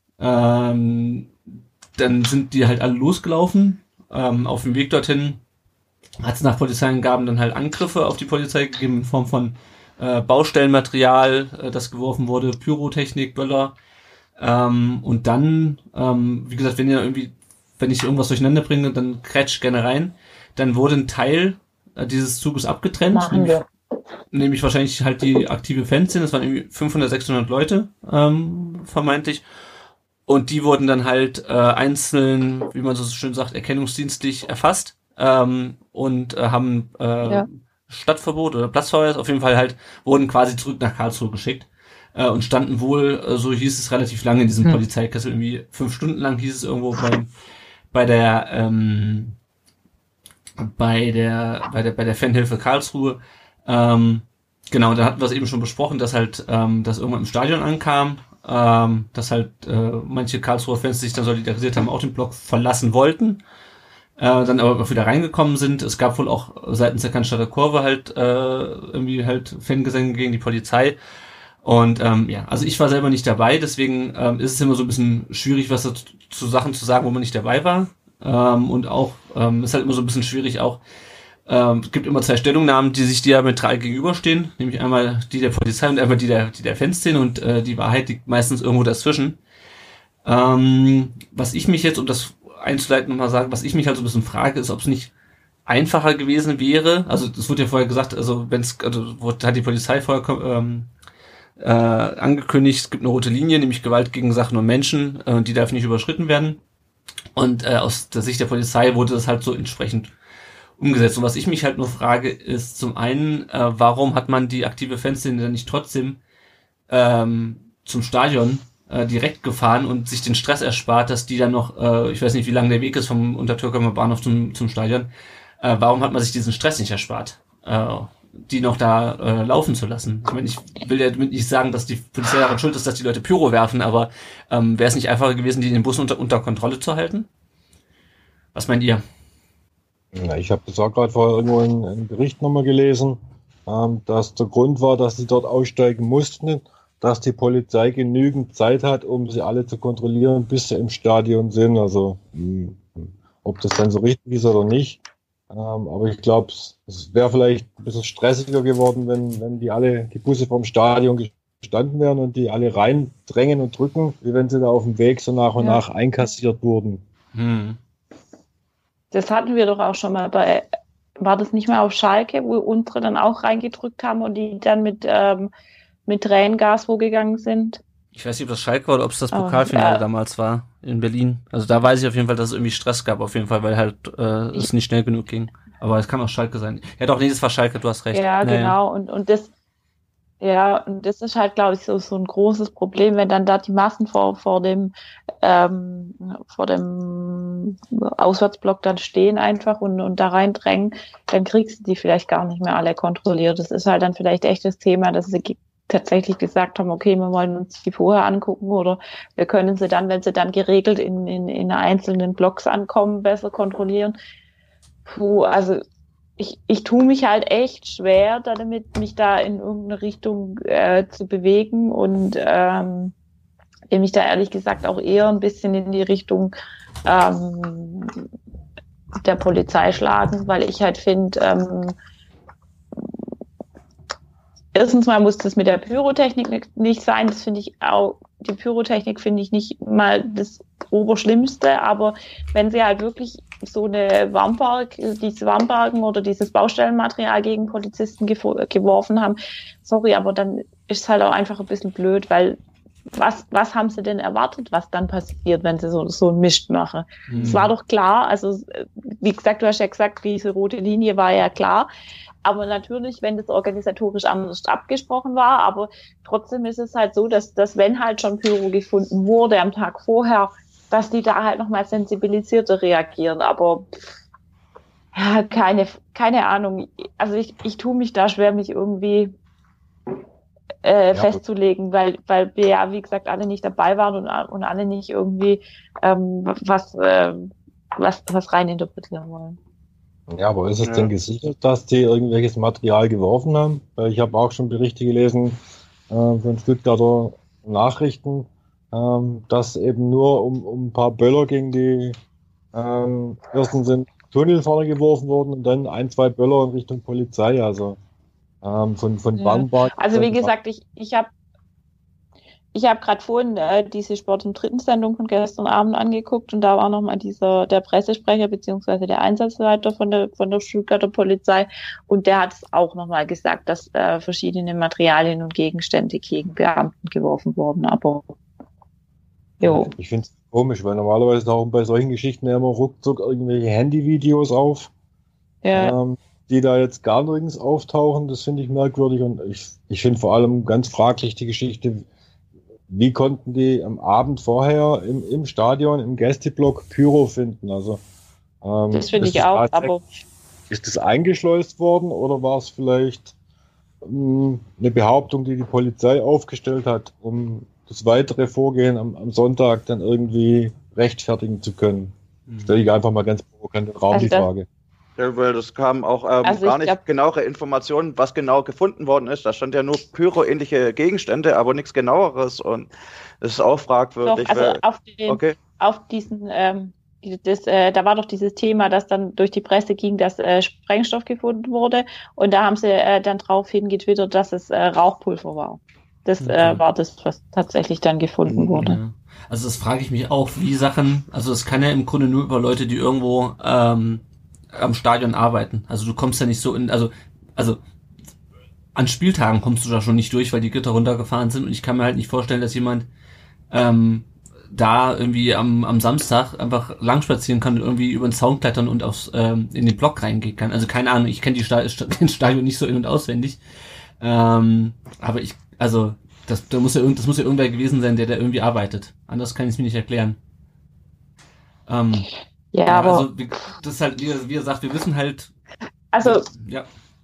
Ähm, dann sind die halt alle losgelaufen. Ähm, auf dem Weg dorthin hat es nach Polizeiangaben dann halt Angriffe auf die Polizei gegeben in Form von äh, Baustellenmaterial, äh, das geworfen wurde, Pyrotechnik, Böller. Ähm, und dann, ähm, wie gesagt, wenn ihr irgendwie, wenn ich irgendwas durcheinander bringe, dann kretsch gerne rein. Dann wurde ein Teil äh, dieses Zuges abgetrennt. Machen nämlich, wir. nämlich wahrscheinlich halt die aktive Fanszene. Das waren irgendwie fünfhundert, sechshundert Leute, ähm, vermeintlich. Und die wurden dann halt äh, einzeln, wie man so schön sagt, erkennungsdienstlich erfasst. Ähm, und äh, haben äh, Ja. Stadtverbot oder Platzverweis, auf jeden Fall halt, wurden quasi zurück nach Karlsruhe geschickt äh, und standen wohl, äh, so hieß es relativ lange in diesem Hm. Polizeikessel, irgendwie fünf Stunden lang hieß es irgendwo beim, bei der ähm, bei der bei der bei der Fanhilfe Karlsruhe. Ähm, genau, da hatten wir es eben schon besprochen, dass halt ähm, das irgendwann im Stadion ankam, ähm, dass halt äh, manche Karlsruher Fans sich dann solidarisiert haben, auch den Block verlassen wollten. Äh, dann aber auch wieder reingekommen sind. Es gab wohl auch seitens der Cannstatter Kurve halt äh, irgendwie halt Fangesänge gegen die Polizei. Und ähm, ja, also ich war selber nicht dabei, deswegen ähm, ist es immer so ein bisschen schwierig, was dazu, zu Sachen zu sagen, wo man nicht dabei war. Ähm, und auch ähm, ist halt immer so ein bisschen schwierig auch. Ähm, es gibt immer zwei Stellungnahmen, die sich diametral gegenüberstehen, nämlich einmal die der Polizei und einmal die der die der Fanszene, und äh, die Wahrheit liegt meistens irgendwo dazwischen. Ähm, was ich mich jetzt, um das einzuleiten und mal sagen, was ich mich halt so ein bisschen frage, ist, ob es nicht einfacher gewesen wäre. Also es wurde ja vorher gesagt, also wenn es, also wurde, hat die Polizei vorher ähm, äh, angekündigt, es gibt eine rote Linie, nämlich Gewalt gegen Sachen und Menschen, äh, die darf nicht überschritten werden. Und äh, aus der Sicht der Polizei wurde das halt so entsprechend umgesetzt. Und was ich mich halt nur frage, ist zum einen, äh, warum hat man die aktive Fanszene dann nicht trotzdem ähm, zum Stadion äh, direkt gefahren und sich den Stress erspart, dass die dann noch, äh, ich weiß nicht, wie lang der Weg ist vom Untertürkheimer Bahnhof zum, zum Stadion, äh, warum hat man sich diesen Stress nicht erspart, äh, die noch da äh, laufen zu lassen? Ich meine, ich will ja damit nicht sagen, dass die Polizei daran schuld ist, dass die Leute Pyro werfen, aber ähm, wäre es nicht einfacher gewesen, die in den Bus unter, unter Kontrolle zu halten? Was meint ihr? Ja, ich habe das auch gerade vorher irgendwo in einem Bericht nochmal gelesen, ähm, dass der Grund war, dass sie dort aussteigen mussten, dass die Polizei genügend Zeit hat, um sie alle zu kontrollieren, bis sie im Stadion sind. Also mh, ob das dann so richtig ist oder nicht. Ähm, aber ich glaube, es wäre vielleicht ein bisschen stressiger geworden, wenn, wenn die alle die Busse vom Stadion gestanden wären und die alle reindrängen und drücken, wie wenn sie da auf dem Weg so nach und Ja. nach einkassiert wurden. Hm. Das hatten wir doch auch schon mal bei, war das nicht mal auf Schalke, wo unsere dann auch reingedrückt haben und die dann mit, ähm, mit Tränengas vorgegangen sind? Ich weiß nicht, ob das Schalke war oder ob es das Oh, Pokalfinale ja. damals war in Berlin. Also da weiß ich auf jeden Fall, dass es irgendwie Stress gab auf jeden Fall, weil halt äh, es nicht schnell genug ging. Aber es kann auch Schalke sein. Ja doch, nee, das war Schalke, du hast recht. Ja, Naja. genau. Und, und das, ja, und das ist halt, glaube ich, so, so ein großes Problem, wenn dann da die Massen vor, vor dem, ähm, vor dem Auswärtsblock dann stehen einfach und, und da reindrängen, dann kriegst du die vielleicht gar nicht mehr alle kontrolliert. Das ist halt dann vielleicht echt das Thema, dass sie ge- tatsächlich gesagt haben, okay, wir wollen uns die vorher angucken oder wir können sie dann, wenn sie dann geregelt in, in, in einzelnen Blocks ankommen, besser kontrollieren. Puh, also ich, ich tue mich halt echt schwer damit, mich da in irgendeine Richtung äh, zu bewegen und ähm, will mich da ehrlich gesagt auch eher ein bisschen in die Richtung ähm, der Polizei schlagen, weil ich halt finde, ähm, erstens mal muss das mit der Pyrotechnik nicht- nicht sein, das finde ich auch, die Pyrotechnik finde ich nicht mal das Oberschlimmste, aber wenn sie halt wirklich so eine Warmberg, diese Warmbergen oder dieses Baustellenmaterial gegen Polizisten gefo- geworfen haben, sorry, aber dann ist es halt auch einfach ein bisschen blöd, weil was, was haben sie denn erwartet, was dann passiert, wenn sie so, so einen Mist machen? Mhm. Es war doch klar, also wie gesagt, du hast ja gesagt, diese rote Linie war ja klar, aber natürlich, wenn das organisatorisch anders abgesprochen war, aber trotzdem ist es halt so, dass, dass wenn halt schon Pyro gefunden wurde am Tag vorher, dass die da halt nochmal sensibilisierter reagieren, aber ja, keine, keine Ahnung, also ich, ich tue mich da schwer, mich irgendwie äh, Ja, festzulegen, weil, weil wir ja, wie gesagt, alle nicht dabei waren und, und alle nicht irgendwie ähm, was, äh, was, was rein interpretieren wollen. Ja, aber ist es Ja. denn gesichert, dass die irgendwelches Material geworfen haben? Weil ich habe auch schon Berichte gelesen äh, von Stuttgarter Nachrichten, ähm, dass eben nur um, um ein paar Böller gegen die ähm, ersten sind Tunnel vorne geworfen worden und dann ein, zwei Böller in Richtung Polizei. Also ähm, von, von Ja. Bamberg. Also wie gesagt, ich, ich habe ich hab gerade vorhin äh, diese Sport im dritten Sendung von gestern Abend angeguckt und da war nochmal dieser der Pressesprecher beziehungsweise der Einsatzleiter von der von der Stuttgarter Polizei und der hat es auch nochmal gesagt, dass äh, verschiedene Materialien und Gegenstände gegen Beamten geworfen wurden. Aber jo. Ich finde es komisch, weil normalerweise tauchen bei solchen Geschichten ja immer ruckzuck irgendwelche Handyvideos auf. Ja. Ähm, die da jetzt gar nirgends auftauchen, das finde ich merkwürdig und ich, ich finde vor allem ganz fraglich die Geschichte, wie konnten die am Abend vorher im, im Stadion, im Gästeblock Pyro finden? Also ähm, Das finde ist ich auch, aber tatsächlich- Ist das eingeschleust worden oder war es vielleicht ähm, eine Behauptung, die die Polizei aufgestellt hat, um das weitere Vorgehen am, am Sonntag dann irgendwie rechtfertigen zu können? Mhm. Stelle ich einfach mal ganz provokant in den Raum Also die das- Frage. Ja, weil das kam auch ähm, Also ich gar nicht glaub- genauere Informationen, was genau gefunden worden ist. Da stand ja nur pyroähnliche Gegenstände, aber nichts genaueres und das ist auch doch, fragwürdig. also weil, auf den okay, auf diesen, ähm, das, äh, da war doch dieses Thema, dass dann durch die Presse ging, dass äh, Sprengstoff gefunden wurde und da haben sie äh, dann drauf hingetwittert, dass es äh, Rauchpulver war. Das Okay. äh, war das, was tatsächlich dann gefunden wurde. Ja. Also das frage ich mich auch, wie Sachen, also es kann ja im Grunde nur über Leute, die irgendwo ähm, am Stadion arbeiten. Also du kommst ja nicht so in, also, also an Spieltagen kommst du da schon nicht durch, weil die Gitter runtergefahren sind und ich kann mir halt nicht vorstellen, dass jemand ähm, da irgendwie am, am Samstag einfach lang spazieren kann und irgendwie über den Zaun klettern und aufs, ähm, in den Block reingehen kann. Also keine Ahnung, ich kenne die Sta- Sta- den Stadion nicht so in- und auswendig. Ähm, aber ich, also das, da muss ja irgend, das muss ja irgendwer gewesen sein, der da irgendwie arbeitet. Anders kann ich es mir nicht erklären. Ähm, Ja, ja, aber also wie, das ist halt, wie er, wie er sagt, wir wissen halt, also ja,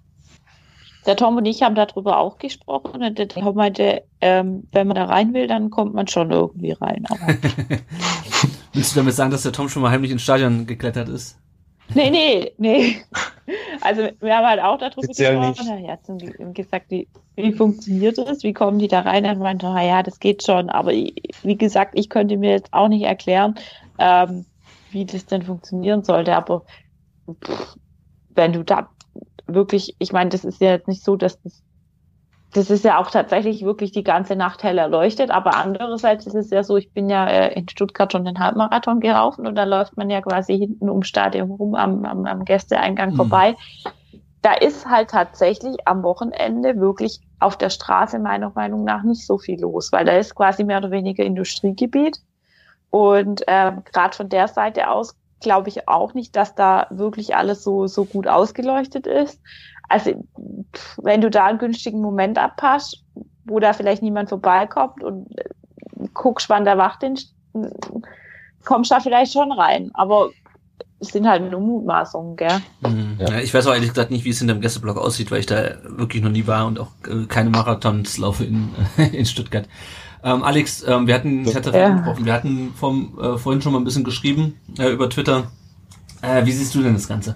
der Tom und ich haben darüber auch gesprochen und der Tom meinte, ähm, wenn man da rein will, dann kommt man schon irgendwie rein. Aber willst du damit sagen, dass der Tom schon mal heimlich ins Stadion geklettert ist? nee, nee, nee. Also wir haben halt auch darüber Speziell gesprochen. Ja, zum Glück gesagt, wie, wie funktioniert das? Wie kommen die da rein? Dann meinte er, ja, das geht schon. Aber ich, wie gesagt, ich könnte mir jetzt auch nicht erklären, ähm, wie das denn funktionieren sollte. Aber pff, wenn du da wirklich, ich meine, das ist ja jetzt nicht so, dass das das ist ja auch tatsächlich wirklich die ganze Nacht hell erleuchtet, aber andererseits ist es ja so, ich bin ja äh, in Stuttgart schon den Halbmarathon gelaufen und da läuft man ja quasi hinten ums Stadion rum am, am, am Gästeeingang mhm. vorbei. Da ist halt tatsächlich am Wochenende wirklich auf der Straße meiner Meinung nach nicht so viel los, weil da ist quasi mehr oder weniger Industriegebiet und ähm, gerade von der Seite aus glaube ich auch nicht, dass da wirklich alles so so gut ausgeleuchtet ist. Also wenn du da einen günstigen Moment abpasst, wo da vielleicht niemand vorbeikommt und guckst, wann der Wachdienst, kommst da vielleicht schon rein. Aber es sind halt nur Mutmaßungen, gell? Mhm. Ja, ich weiß auch ehrlich gesagt nicht, wie es in dem Gästeblock aussieht, weil ich da wirklich noch nie war und auch äh, keine Marathons laufe in, in Stuttgart. Ähm, Alex, ähm, wir hatten, ich hatte ja. gesprochen, wir hatten vom, äh, vorhin schon mal ein bisschen geschrieben äh, über Twitter. Äh, wie siehst du denn das Ganze?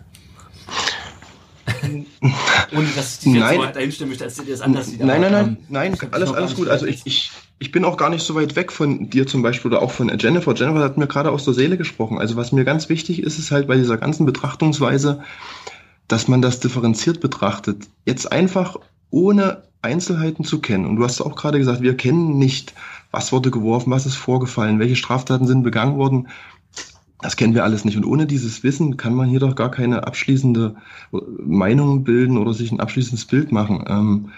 Ohne dass ich dich jetzt so dahin stimmen möchte, als dir das anders sieht. Nein, nein, nein, ähm, nein, alles, alles gut. Also ich, ich, ich bin auch gar nicht so weit weg von dir zum Beispiel oder auch von Jennifer. Jennifer hat mir gerade aus der Seele gesprochen. Also was mir ganz wichtig ist, ist halt bei dieser ganzen Betrachtungsweise, dass man das differenziert betrachtet. Jetzt einfach ohne Einzelheiten zu kennen. Und du hast auch gerade gesagt, wir kennen nicht, was wurde geworfen, was ist vorgefallen, welche Straftaten sind begangen worden. Das kennen wir alles nicht. Und ohne dieses Wissen kann man hier doch gar keine abschließende Meinung bilden oder sich ein abschließendes Bild machen. Ähm,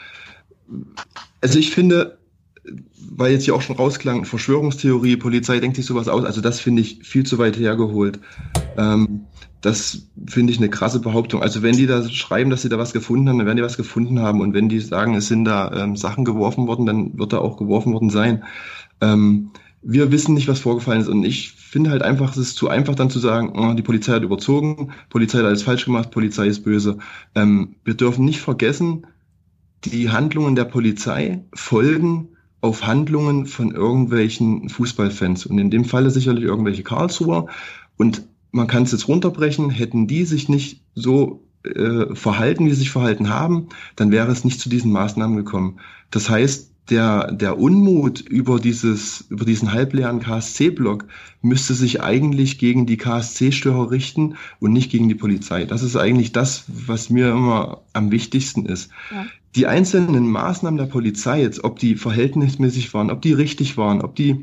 also ich finde, weil jetzt hier auch schon rausklang, Verschwörungstheorie, Polizei denkt sich sowas aus, also das finde ich viel zu weit hergeholt. Ähm, das finde ich eine krasse Behauptung. Also wenn die da schreiben, dass sie da was gefunden haben, dann werden die was gefunden haben. Und wenn die sagen, es sind da ähm, Sachen geworfen worden, dann wird da auch geworfen worden sein. Ähm, wir wissen nicht, was vorgefallen ist. Und ich finde halt einfach, es ist zu einfach dann zu sagen, oh, die Polizei hat überzogen, Polizei hat alles falsch gemacht, Polizei ist böse. Ähm, wir dürfen nicht vergessen, die Handlungen der Polizei folgen auf Handlungen von irgendwelchen Fußballfans. Und in dem Falle sicherlich irgendwelche Karlsruher. Und man kann es jetzt runterbrechen, hätten die sich nicht so äh, verhalten, wie sie sich verhalten haben, dann wäre es nicht zu diesen Maßnahmen gekommen. Das heißt, der der Unmut über dieses über diesen halbleeren K S C-Block müsste sich eigentlich gegen die K S C-Störer richten und nicht gegen die Polizei. Das ist eigentlich das, was mir immer am wichtigsten ist. Ja. Die einzelnen Maßnahmen der Polizei jetzt, ob die verhältnismäßig waren, ob die richtig waren, ob die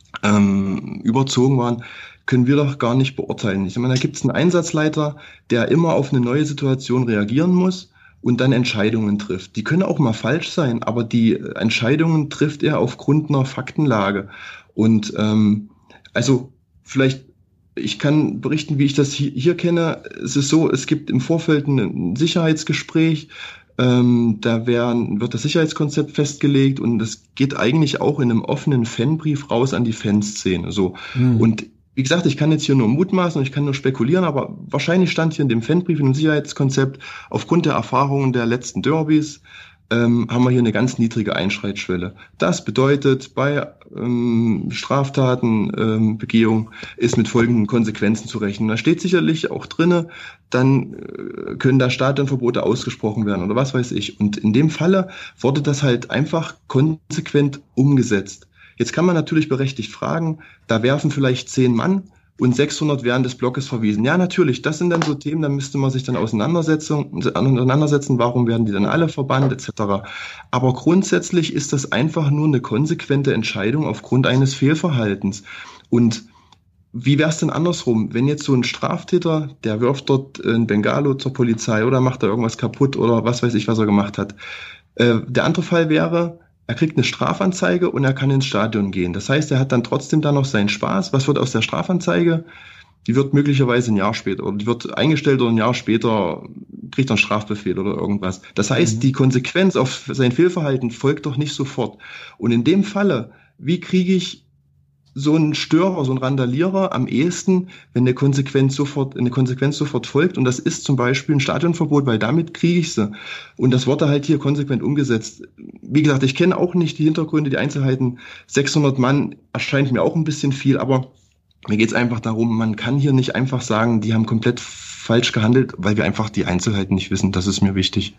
ähm, überzogen waren, können wir doch gar nicht beurteilen. Ich meine, da gibt es einen Einsatzleiter, der immer auf eine neue Situation reagieren muss und dann Entscheidungen trifft. Die können auch mal falsch sein, aber die Entscheidungen trifft er aufgrund einer Faktenlage. Und ähm, also vielleicht, ich kann berichten, wie ich das hier, hier kenne. Es ist so, es gibt im Vorfeld ein Sicherheitsgespräch, ähm, da werden, wird das Sicherheitskonzept festgelegt und das geht eigentlich auch in einem offenen Fanbrief raus an die Fanszene. So. Mhm. Und wie gesagt, ich kann jetzt hier nur mutmaßen und ich kann nur spekulieren, aber wahrscheinlich stand hier in dem Fanbrief, in dem Sicherheitskonzept, aufgrund der Erfahrungen der letzten Derbys, ähm, haben wir hier eine ganz niedrige Einschreitschwelle. Das bedeutet, bei ähm, Straftaten, ähm, Begehung ist mit folgenden Konsequenzen zu rechnen. Da steht sicherlich auch drinne, dann äh, können da Stadionverbote ausgesprochen werden oder was weiß ich. Und in dem Falle wurde das halt einfach konsequent umgesetzt. Jetzt kann man natürlich berechtigt fragen, da werfen vielleicht zehn Mann und sechshundert werden des Blockes verwiesen. Ja, natürlich, das sind dann so Themen, da müsste man sich dann auseinandersetzen, auseinandersetzen, warum werden die dann alle verbannt et cetera. Aber grundsätzlich ist das einfach nur eine konsequente Entscheidung aufgrund eines Fehlverhaltens. Und wie wäre es denn andersrum, wenn jetzt so ein Straftäter, der wirft dort ein Bengalo zur Polizei oder macht da irgendwas kaputt oder was weiß ich, was er gemacht hat. Äh, der andere Fall wäre, er kriegt eine Strafanzeige und er kann ins Stadion gehen. Das heißt, er hat dann trotzdem da noch seinen Spaß. Was wird aus der Strafanzeige? Die wird möglicherweise ein Jahr später oder die wird eingestellt oder ein Jahr später kriegt er einen Strafbefehl oder irgendwas. Das heißt, mhm. die Konsequenz auf sein Fehlverhalten folgt doch nicht sofort. Und in dem Falle, wie kriege ich so einen Störer, so einen Randalierer am ehesten, wenn eine Konsequenz sofort, eine Konsequenz sofort folgt. Und das ist zum Beispiel ein Stadionverbot, weil damit kriege ich sie. Und das wurde halt hier konsequent umgesetzt. Wie gesagt, ich kenne auch nicht die Hintergründe, die Einzelheiten. sechshundert Mann erscheint mir auch ein bisschen viel, aber mir geht es einfach darum, man kann hier nicht einfach sagen, die haben komplett falsch gehandelt, weil wir einfach die Einzelheiten nicht wissen. Das ist mir wichtig.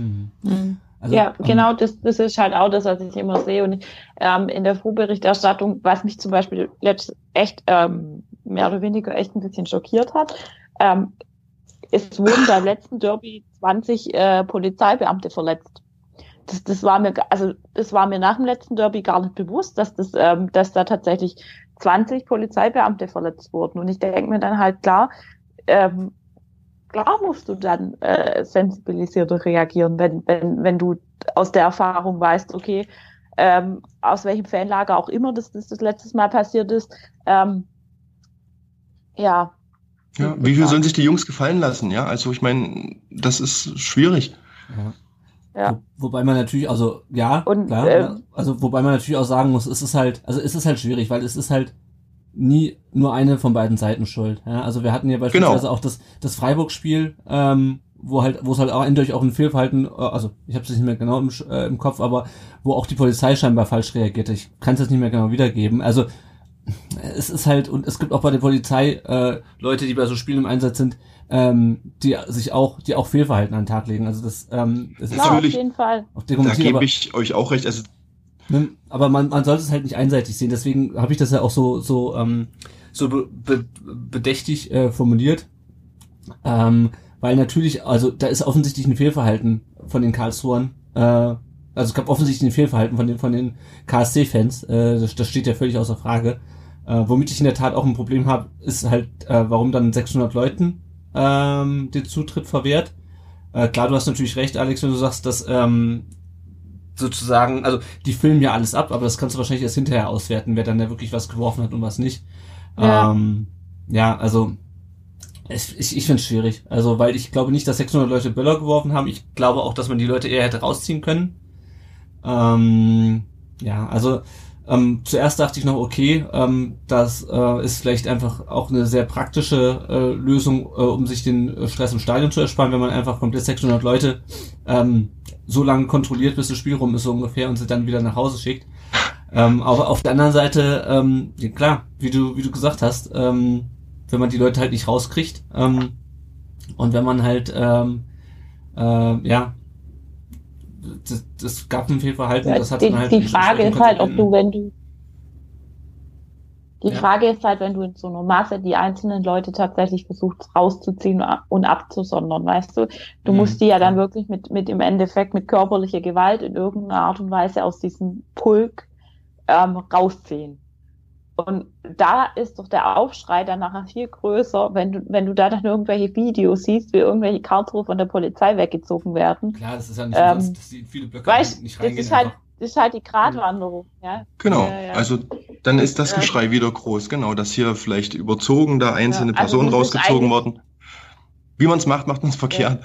Mhm. Also, ja, genau, das, das ist halt auch das, was ich immer sehe. Und ähm, in der Vorberichterstattung, was mich zum Beispiel letzt echt ähm, mehr oder weniger echt ein bisschen schockiert hat, ähm, es wurden beim letzten Derby zwanzig äh, Polizeibeamte verletzt. das, das war mir, also das war mir nach dem letzten Derby gar nicht bewusst, dass das, ähm, dass da tatsächlich zwanzig Polizeibeamte verletzt wurden. Und ich denke mir dann halt, klar, ähm, klar musst du dann äh, sensibilisierter reagieren, wenn, wenn, wenn du aus der Erfahrung weißt, okay, ähm, aus welchem Fanlager auch immer das das, das letztes Mal passiert ist. Ähm, ja. Ja, wie viel sollen sich die Jungs gefallen lassen? Ja, also ich meine, das ist schwierig. Ja. Ja. Wo, wobei man natürlich, also ja, Und, klar, ähm, also wobei man natürlich auch sagen muss, es ist halt, also es ist halt schwierig, weil es ist halt nie nur eine von beiden Seiten schuld. Ja, also wir hatten ja beispielsweise Genau. auch das das Freiburg-Spiel, ähm, wo halt, wo es halt auch eindeutig auch ein Fehlverhalten, also ich habe es nicht mehr genau im, äh, im Kopf, aber wo auch die Polizei scheinbar falsch reagierte. Ich kann es jetzt nicht mehr genau wiedergeben. Also es ist halt, und es gibt auch bei der Polizei äh, Leute, die bei so Spielen im Einsatz sind, ähm, die sich auch, die auch Fehlverhalten an den Tag legen. Also das, ähm, das ist Klar, auf Natürlich. jeden Fall. auch Da dokumentiert, gebe aber, ich euch auch recht. Also ne, aber man, man sollte es halt nicht einseitig sehen. Deswegen habe ich das ja auch so, so, ähm, so be, be, bedächtig äh, formuliert. Ähm, weil natürlich, also da ist offensichtlich ein Fehlverhalten von den Karlsruhern. Äh, also es gab offensichtlich ein Fehlverhalten von den von den K S C-Fans. Äh, das, das steht ja völlig außer Frage. Äh, womit ich in der Tat auch ein Problem habe, ist halt, äh, warum dann sechshundert Leuten ähm, den Zutritt verwehrt. Äh, klar, du hast natürlich recht, Alex, wenn du sagst, dass ähm, sozusagen, also die filmen ja alles ab, aber das kannst du wahrscheinlich erst hinterher auswerten, wer dann da wirklich was geworfen hat und was nicht. Ja, Ähm, ja also ich, ich, ich finde es schwierig. Also, weil ich glaube nicht, dass sechshundert Leute Böller geworfen haben. Ich glaube auch, dass man die Leute eher hätte rausziehen können. Ähm, ja, also ähm, zuerst dachte ich noch, okay, ähm, das äh, ist vielleicht einfach auch eine sehr praktische äh, Lösung, äh, um sich den äh, Stress im Stadion zu ersparen, wenn man einfach komplett sechshundert Leute ähm, so lange kontrolliert, bis das Spiel rum ist so ungefähr und sie dann wieder nach Hause schickt. Ähm, aber auf der anderen Seite, ähm, ja, klar, wie du wie du gesagt hast, ähm, wenn man die Leute halt nicht rauskriegt ähm, und wenn man halt ähm, äh, ja das, das gab ein Fehlverhalten, Ja, das hat die, dann halt die Frage ist halt, ob du, wenn du die Ja. Frage ist halt, wenn du in so einer Masse die einzelnen Leute tatsächlich versuchst rauszuziehen und abzusondern, weißt du? Du Mhm, musst die ja dann ja. wirklich mit, mit im Endeffekt mit körperlicher Gewalt in irgendeiner Art und Weise aus diesem Pulk ähm, rausziehen. Und da ist doch der Aufschrei dann nachher viel größer, wenn du, wenn du da dann irgendwelche Videos siehst, wie irgendwelche Karlsruhe von der Polizei weggezogen werden. Klar, das ist ja nicht Ähm, umsonst, dass die in viele Blöcke Weißt, nicht das reingehen. ist halt, einfach. das ist halt die Gratwanderung, ja. genau, Ja, ja. also dann ist das Ja. Geschrei wieder groß. Genau, dass hier vielleicht überzogen da einzelne Ja, also Personen das ist rausgezogen eigentlich- worden. Wie man es macht, macht man es verkehrt.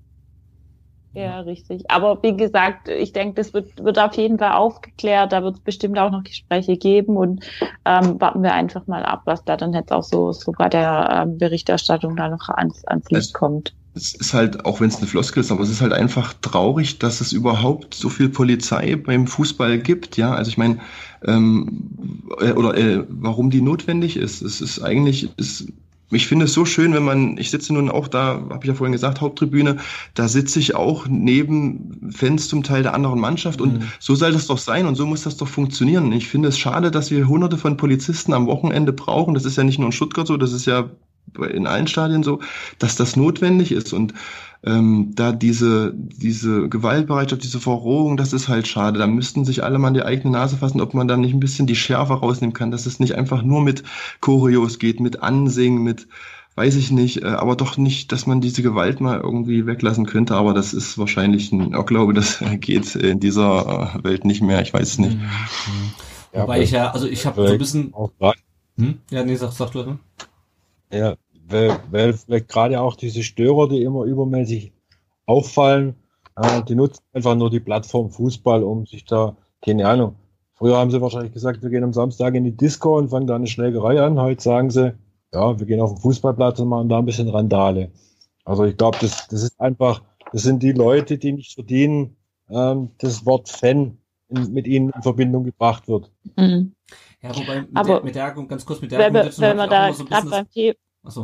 Ja, richtig. Aber wie gesagt, ich denke, das wird, wird auf jeden Fall aufgeklärt. Da wird es bestimmt auch noch Gespräche geben und ähm, warten wir einfach mal ab, was da dann jetzt auch so, so bei der ähm, Berichterstattung da noch ans, ans Licht Es- kommt. Es ist halt, auch wenn es eine Floskel ist, aber es ist halt einfach traurig, dass es überhaupt so viel Polizei beim Fußball gibt. Ja, also ich meine, ähm, äh, oder äh, warum die notwendig ist. Es ist eigentlich, ist, ich finde es so schön, wenn man, ich sitze nun auch da, habe ich ja vorhin gesagt, Haupttribüne, da sitze ich auch neben Fans zum Teil der anderen Mannschaft und Mhm. so soll das doch sein und so muss das doch funktionieren. Ich finde es schade, dass wir hunderte von Polizisten am Wochenende brauchen. Das ist ja nicht nur in Stuttgart so, das ist ja in allen Stadien so, dass das notwendig ist und ähm, da diese diese Gewaltbereitschaft, diese Verrohung, das ist halt schade. Da müssten sich alle mal an die eigene Nase fassen, ob man da nicht ein bisschen die Schärfe rausnehmen kann, dass es nicht einfach nur mit Choreos geht, mit Ansingen, mit weiß ich nicht, äh, aber doch nicht, dass man diese Gewalt mal irgendwie weglassen könnte, aber das ist wahrscheinlich ein Irrglaube, das geht in dieser äh, Welt nicht mehr, ich weiß es nicht. Mhm. Ja, Wobei ich ja, also ich habe so ein bisschen. auch grad, Hm? Ja, nee, sag, sag du ne? ja, weil, weil vielleicht gerade auch diese Störer, die immer übermäßig auffallen, äh, die nutzen einfach nur die Plattform Fußball, um sich da, keine Ahnung. Früher haben sie wahrscheinlich gesagt, wir gehen am Samstag in die Disco und fangen da eine Schlägerei an. Heute sagen sie, ja, wir gehen auf den Fußballplatz und machen da ein bisschen Randale. Also ich glaube, das, das ist einfach, das sind die Leute, die nicht verdienen, ähm, das Wort Fan in, mit ihnen in Verbindung gebracht wird. Mhm. Ja, wobei mit, Aber der, mit der Argumentation, ganz kurz mit der Wenn wir, Argumentation wenn wir hab ich auch da immer so ein gerade bisschen das, beim Thema, achso.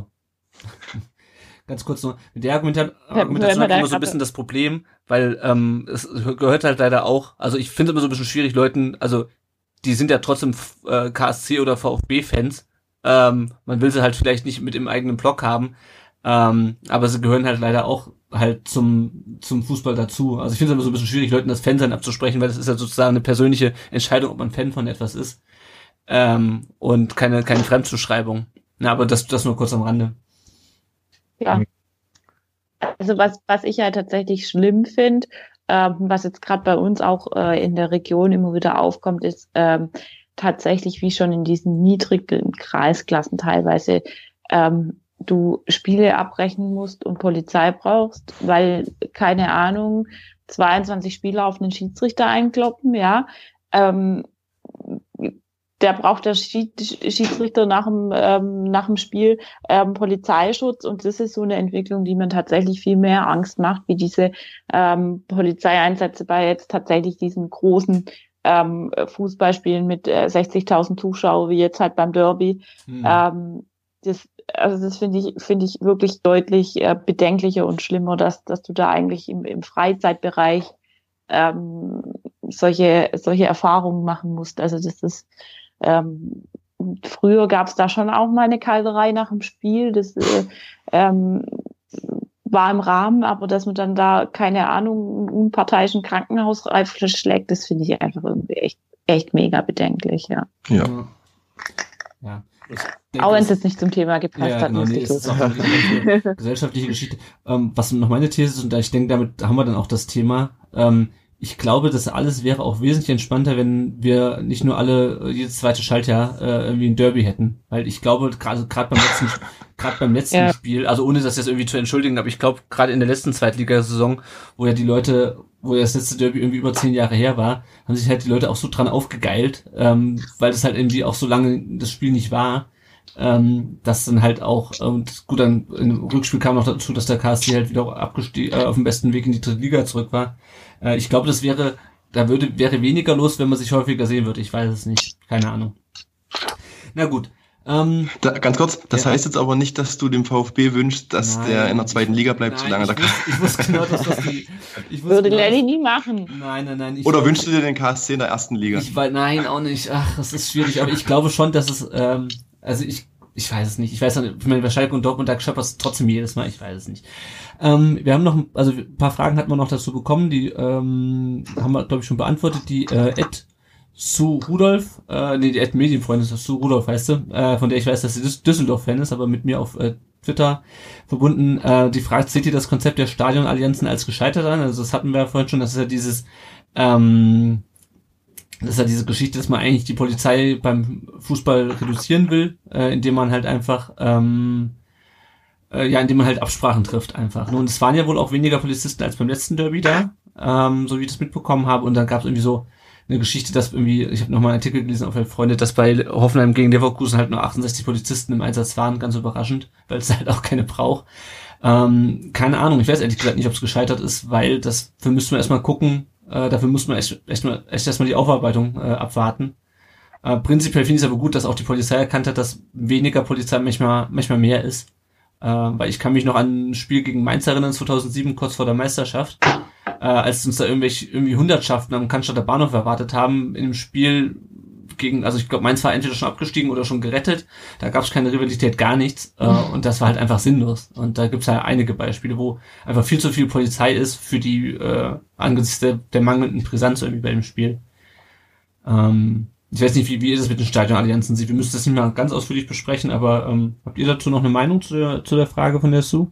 Ganz kurz noch, mit der Argumenta- wenn Argumentation wir habe ich da immer so ein grad- bisschen das Problem, weil ähm, es gehört halt leider auch, also ich finde es immer so ein bisschen schwierig, Leuten, also die sind ja trotzdem äh, K S C oder VfB-Fans, ähm, man will sie halt vielleicht nicht mit im eigenen Block haben, ähm, aber sie gehören halt leider auch halt zum zum Fußball dazu. Also ich finde es immer so ein bisschen schwierig, Leuten das Fansein abzusprechen, weil das ist ja sozusagen eine persönliche Entscheidung, ob man Fan von etwas ist. Ähm, und keine, keine Fremdzuschreibung. Na, aber das, das nur kurz am Rande. Ja. Also was, was ich ja tatsächlich schlimm finde, ähm, was jetzt gerade bei uns auch äh, in der Region immer wieder aufkommt, ist ähm, tatsächlich wie schon in diesen niedrigen Kreisklassen teilweise ähm, du Spiele abbrechen musst und Polizei brauchst, weil, keine Ahnung, zweiundzwanzig Spieler auf einen Schiedsrichter einkloppen, ja, ähm, der braucht der Schiedsrichter nach dem, ähm, nach dem Spiel ähm, Polizeischutz, und das ist so eine Entwicklung, die mir tatsächlich viel mehr Angst macht, wie diese ähm, Polizeieinsätze bei jetzt tatsächlich diesen großen ähm, Fußballspielen mit äh, sechzigtausend Zuschauern, wie jetzt halt beim Derby. Hm. Ähm, das, also das finde ich, finde ich wirklich deutlich äh, bedenklicher und schlimmer, dass, dass du da eigentlich im, im Freizeitbereich ähm, solche, solche Erfahrungen machen musst. Also das ist Ähm, früher gab es da schon auch mal eine Kalterei nach dem Spiel, das äh, ähm, war im Rahmen, aber dass man dann da, keine Ahnung, einen unparteiischen Krankenhausreif schlägt, das finde ich einfach irgendwie echt, echt mega bedenklich, ja. Ja. Ja. Auch wenn es jetzt nicht zum Thema gepasst ja, hat. Genau, nee, das ist auch eine gesellschaftliche Geschichte. Ähm, was noch meine These ist, und ich denke, damit haben wir dann auch das Thema, ähm, ich glaube, das alles wäre auch wesentlich entspannter, wenn wir nicht nur alle jedes zweite Schaltjahr äh, irgendwie ein Derby hätten, weil ich glaube, gerade gerade beim letzten gerade beim letzten ja. Spiel, also ohne das jetzt irgendwie zu entschuldigen, aber ich glaube, gerade in der letzten Zweitligasaison, wo ja die Leute, wo ja das letzte Derby irgendwie über zehn Jahre her war, haben sich halt die Leute auch so dran aufgegeilt, ähm, weil das halt irgendwie auch so lange das Spiel nicht war, ähm, dass dann halt auch, und gut, dann im Rückspiel kam noch dazu, dass der K S C halt wieder abgestiegen, äh, auf dem besten Weg in die dritte Liga zurück war. Äh, ich glaube, das wäre, da würde, wäre weniger los, wenn man sich häufiger sehen würde. Ich weiß es nicht. Keine Ahnung. Na gut. Ähm, da, ganz kurz, das ja. heißt jetzt aber nicht, dass du dem VfB wünschst, dass nein, der in der zweiten Liga bleibt, nein, solange ich da kann. Ich wusste genau, dass das die, ich würde genau, Lenny nie machen. Nein, nein, nein. Ich Oder wünschst du dir den K S C in der ersten Liga? Ich weil nein, auch nicht. Ach, das ist schwierig. Aber ich glaube schon, dass es, ähm, also ich, ich weiß es nicht. Ich weiß nicht, ich meine, bei Schalke und Dortmund, da scheppert es trotzdem jedes Mal. Ich weiß es nicht. Ähm, wir haben noch, also ein paar Fragen hatten wir noch dazu bekommen, die ähm, haben wir, glaube ich, schon beantwortet. Die äh, Ed Sue Rudolph, äh, nee, die Ed Medienfreund ist das, Sue Rudolph heißt sie, äh, von der ich weiß, dass sie Düs- Düsseldorf-Fan ist, aber mit mir auf äh, Twitter verbunden. Äh, die Frage, seht ihr das Konzept der Stadionallianzen als gescheitert an? Also das hatten wir ja vorhin schon, das ist ja dieses, ähm, das ist ja diese Geschichte, dass man eigentlich die Polizei beim Fußball reduzieren will, äh, indem man halt einfach, ähm, äh, ja, indem man halt Absprachen trifft einfach. Und es waren ja wohl auch weniger Polizisten als beim letzten Derby da, ähm, so wie ich das mitbekommen habe. Und dann gab es irgendwie so eine Geschichte, dass irgendwie, ich habe nochmal einen Artikel gelesen auf der Freunde, dass bei Hoffenheim gegen Leverkusen halt nur achtundsechzig Polizisten im Einsatz waren, ganz überraschend, weil es halt auch keine braucht. Ähm, keine Ahnung, ich weiß ehrlich gesagt nicht, ob es gescheitert ist, weil das, dafür müssten wir erstmal gucken, äh, dafür muss man echt, echt, mal, echt erstmal die Aufarbeitung äh, abwarten. Äh, prinzipiell finde ich es aber gut, dass auch die Polizei erkannt hat, dass weniger Polizei manchmal, manchmal mehr ist. Äh, weil ich kann mich noch an ein Spiel gegen Mainz erinnern, zweitausendsieben, kurz vor der Meisterschaft, äh, als uns da irgendwelche irgendwie Hundertschaften am Cannstatter Bahnhof erwartet haben, in dem Spiel gegen, also ich glaube, Mainz war entweder schon abgestiegen oder schon gerettet, da gab es keine Rivalität, gar nichts, äh, und das war halt einfach sinnlos. Und da gibt es ja einige Beispiele, wo einfach viel zu viel Polizei ist für die, äh, angesichts der, der mangelnden Brisanz irgendwie bei dem Spiel. Ähm, Ich weiß nicht, wie, wie ihr das mit den Stadionallianzen seht. Wir müssen das nicht mal ganz ausführlich besprechen, aber ähm, habt ihr dazu noch eine Meinung zu der, zu der Frage von der Sue?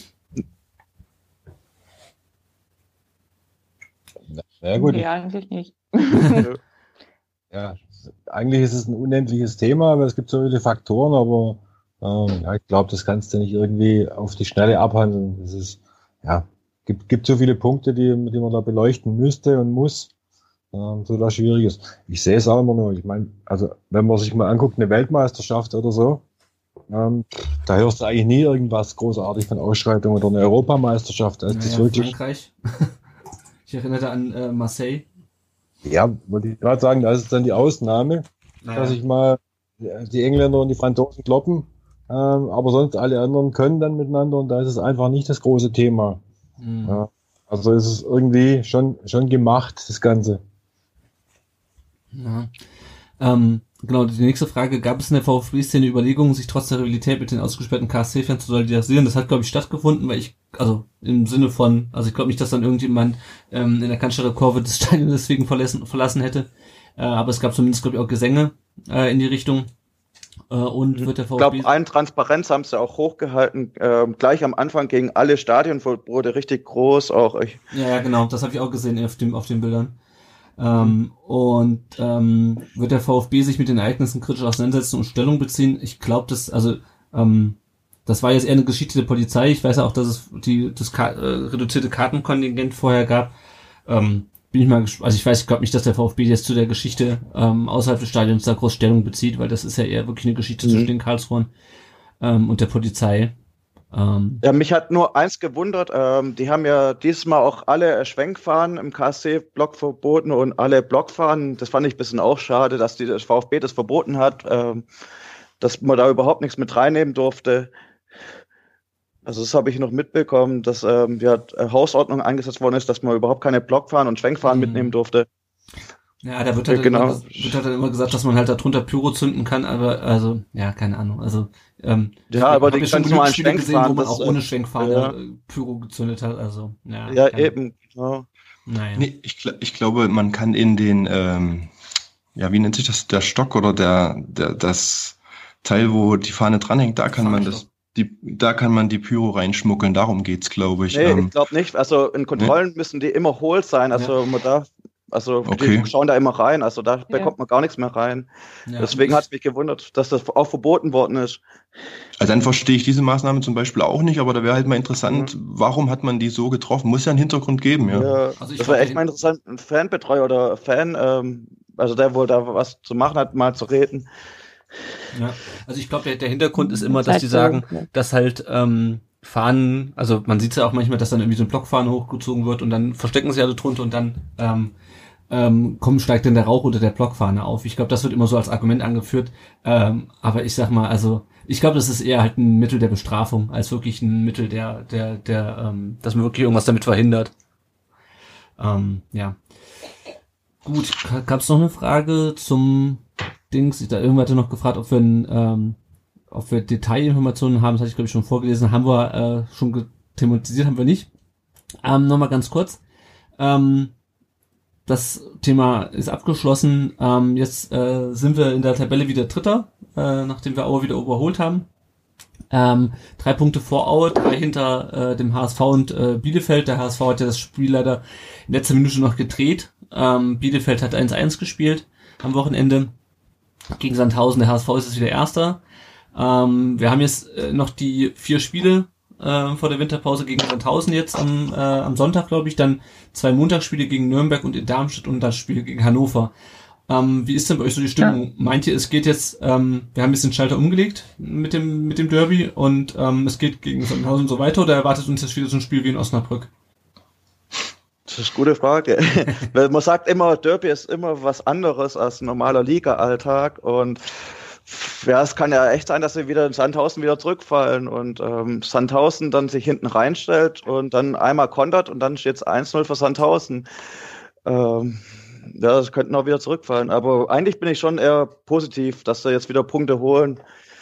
Ja, gut. Ja, eigentlich nicht. Ja, eigentlich ist es ein unendliches Thema, weil es gibt so viele Faktoren, aber ähm, ja, ich glaube, das kannst du nicht irgendwie auf die Schnelle abhandeln. Es ist, ja, gibt, gibt so viele Punkte, die, die man da beleuchten müsste und muss. So das schwierig ist. Ich sehe es auch immer nur. Ich meine, also wenn man sich mal anguckt, eine Weltmeisterschaft oder so, ähm, da hörst du eigentlich nie irgendwas großartig von Ausschreitungen oder eine Europameisterschaft. Da ist naja, das wirklich. Frankreich. Ich erinnere an äh, Marseille. Ja, wollte ich gerade sagen, da ist es dann die Ausnahme, naja. dass sich mal die Engländer und die Franzosen kloppen, ähm, aber sonst alle anderen können dann miteinander und da ist es einfach nicht das große Thema. Mhm. Ja, also ist es irgendwie schon schon gemacht, das Ganze. Ja. Ähm, genau, die nächste Frage, gab es in der VfB-Szene Überlegungen, sich trotz der Rivalität mit den ausgesperrten K S C-Fans zu solidarisieren? Das hat, glaube ich, stattgefunden, weil ich, also im Sinne von, also ich glaube nicht, dass dann irgendjemand ähm, in der Cannstatter Kurve das Stadion deswegen verlassen, verlassen hätte, äh, aber es gab zumindest, glaube ich, auch Gesänge äh, in die Richtung. Äh, und wird der VfB... Ich glaube, einen Transparenz haben sie auch hochgehalten, äh, gleich am Anfang gegen alle Stadionverbote, richtig groß auch. Ich ja, ja, genau, das habe ich auch gesehen auf, dem, auf den Bildern. Ähm, und ähm, wird der VfB sich mit den Ereignissen kritisch auseinandersetzen und Stellung beziehen? Ich glaube, das, also ähm, das war jetzt eher eine Geschichte der Polizei. Ich weiß ja auch, dass es die das Ka- äh, reduzierte Kartenkontingent vorher gab. Ähm, bin ich mal gespannt. Also ich weiß, ich glaube nicht, dass der VfB jetzt zu der Geschichte ähm, außerhalb des Stadions da groß Stellung bezieht, weil das ist ja eher wirklich eine Geschichte mhm. zwischen den Karlsruhern ähm, und der Polizei. Ähm, ja, mich hat nur eins gewundert, ähm, die haben ja dieses Mal auch alle Schwenkfahnen im K S C-Block verboten und alle Blockfahnen. Das fand ich ein bisschen auch schade, dass die das VfB das verboten hat, ähm, dass man da überhaupt nichts mit reinnehmen durfte. Also das habe ich noch mitbekommen, dass ähm, ja, Hausordnung eingesetzt worden ist, dass man überhaupt keine Blockfahnen und Schwenkfahnen mhm. mitnehmen durfte. Ja, da wird halt, genau. immer, wird halt immer gesagt, dass man halt da drunter Pyro zünden kann, aber also, ja, keine Ahnung. Also ähm, ja, aber die ganz normalen Schwenkfahnen, gesehen, wo man das, auch ohne Schwenkfahne ja. Pyro gezündet hat. Also ja, ja eben. Genau. Naja. Nee, ich, ich glaube, man kann in den, ähm, ja, wie nennt sich das, der Stock oder der, der das Teil, wo die Fahne dranhängt, da kann man das, die, da kann man die Pyro reinschmuggeln. Darum geht's, glaube ich. Nee, ähm, ich glaube nicht. Also in Kontrollen nee? müssen die immer hohl sein. Also ja. man darf Also okay. die schauen da immer rein, also da ja. bekommt man gar nichts mehr rein. Ja. Deswegen hat es mich gewundert, dass das auch verboten worden ist. Also dann verstehe ich diese Maßnahme zum Beispiel auch nicht, aber da wäre halt mal interessant, mhm. warum hat man die so getroffen? Muss ja einen Hintergrund geben, ja. ja also ich das wäre echt mal interessant, ein Fanbetreuer oder Fan, ähm, also der wohl da was zu machen hat, mal zu reden. Ja, also ich glaube, der, der Hintergrund ist immer, dass die sagen, dass halt ähm, Fahnen, also man sieht es ja auch manchmal, dass dann irgendwie so ein Blockfahne hochgezogen wird und dann verstecken sie alle drunter und dann ähm, ähm, kommt, steigt dann der Rauch unter der Blockfahne auf. Ich glaube, das wird immer so als Argument angeführt, ähm, aber ich sag mal, also ich glaube, das ist eher halt ein Mittel der Bestrafung, als wirklich ein Mittel der, der, der, ähm, dass man wirklich irgendwas damit verhindert. Ähm, ja. Gut, gab es noch eine Frage zum Dings? Da irgendwer hatte noch gefragt, ob wir ein, ähm, ob wir Detailinformationen haben, das hatte ich glaube ich schon vorgelesen, haben wir äh, schon thematisiert, haben wir nicht. Ähm, Nochmal ganz kurz. Ähm, das Thema ist abgeschlossen. Ähm, jetzt äh, sind wir in der Tabelle wieder Dritter, äh, nachdem wir Aue wieder überholt haben. Ähm, drei Punkte vor Aue, drei hinter äh, dem H S V und äh, Bielefeld. Der H S V hat ja das Spiel leider in letzter Minute noch gedreht. Ähm, Bielefeld hat eins eins gespielt am Wochenende gegen Sandhausen. Der H S V ist jetzt wieder Erster. Ähm, wir haben jetzt äh, noch die vier Spiele äh, vor der Winterpause gegen Sandhausen jetzt am, äh, am Sonntag, glaube ich. Dann zwei Montagsspiele gegen Nürnberg und in Darmstadt und das Spiel gegen Hannover. Ähm, wie ist denn bei euch so die Stimmung? Ja. Meint ihr, es geht jetzt, ähm, wir haben ein bisschen Schalter umgelegt mit dem mit dem Derby und ähm, es geht gegen Sandhausen so weiter oder erwartet uns jetzt wieder so ein Spiel wie in Osnabrück? Das ist eine gute Frage. Weil man sagt immer, Derby ist immer was anderes als ein normaler Liga-Alltag und ja, es kann ja echt sein, dass sie wieder in Sandhausen wieder zurückfallen und ähm, Sandhausen dann sich hinten reinstellt und dann einmal kontert und dann steht es eins null für Sandhausen. Ähm, ja, das könnten auch wieder zurückfallen. Aber eigentlich bin ich schon eher positiv, dass sie jetzt wieder Punkte holen.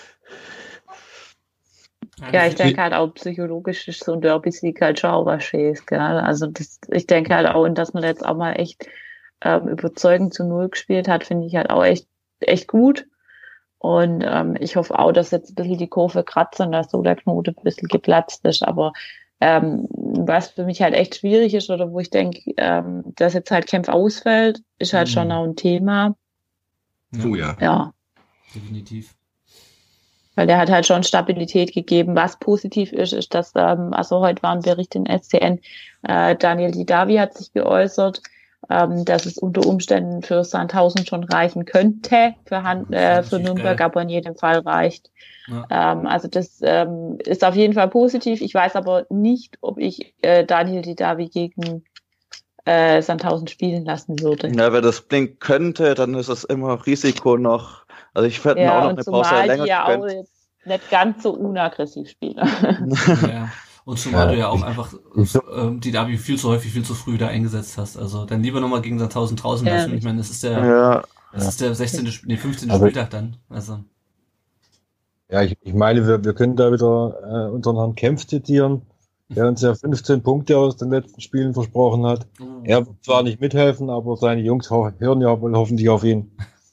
Ja, ich denke halt auch psychologisch ist so ein Derby-Sieg halt schon auch was Schönes, gell? Also das, ich denke halt auch, und dass man jetzt auch mal echt ähm, überzeugend zu Null gespielt hat, finde ich halt auch echt, echt gut. Und ähm, ich hoffe auch, dass jetzt ein bisschen die Kurve kratzt und dass so der Knoten ein bisschen geplatzt ist. Aber ähm, was für mich halt echt schwierig ist oder wo ich denke, ähm, dass jetzt halt Kempf ausfällt, ist halt mhm. schon auch ein Thema. Oh ja. Ja. Definitiv. Weil der hat halt schon Stabilität gegeben. Was positiv ist, ist, dass, ähm, also heute war ein Bericht in S C N, äh, Daniel Didavi hat sich geäußert, ähm, dass es unter Umständen für Sandhausen schon reichen könnte, für, Han- äh, für Nürnberg, geil. Aber in jedem Fall reicht. Ja. Ähm, also das ähm, ist auf jeden Fall positiv. Ich weiß aber nicht, ob ich äh, Daniel Didavi gegen äh, Sandhausen spielen lassen würde. Ja, wenn das blinken könnte, dann ist es immer Risiko noch. Also ich hätte ja, auch noch eine Pause länger die ja auch jetzt nicht ganz so unaggressiv spielen. Ja. Und zumal ja, du ja auch einfach ähm, die Derby viel zu häufig, viel zu früh da eingesetzt hast. Also dann lieber nochmal gegen Sandhausen draußen lassen. Ja, ich meine, das ist der, ja. Das ja. ist der sechzehnte. Nee, fünfzehnte Aber Spieltag dann. Also. Ja, ich, ich meine, wir, wir können da wieder äh, unseren Herrn Kempf zitieren, der uns ja fünfzehn Punkte aus den letzten Spielen versprochen hat. Mhm. Er wird zwar nicht mithelfen, aber seine Jungs ho- hören ja wohl hoffentlich auf ihn.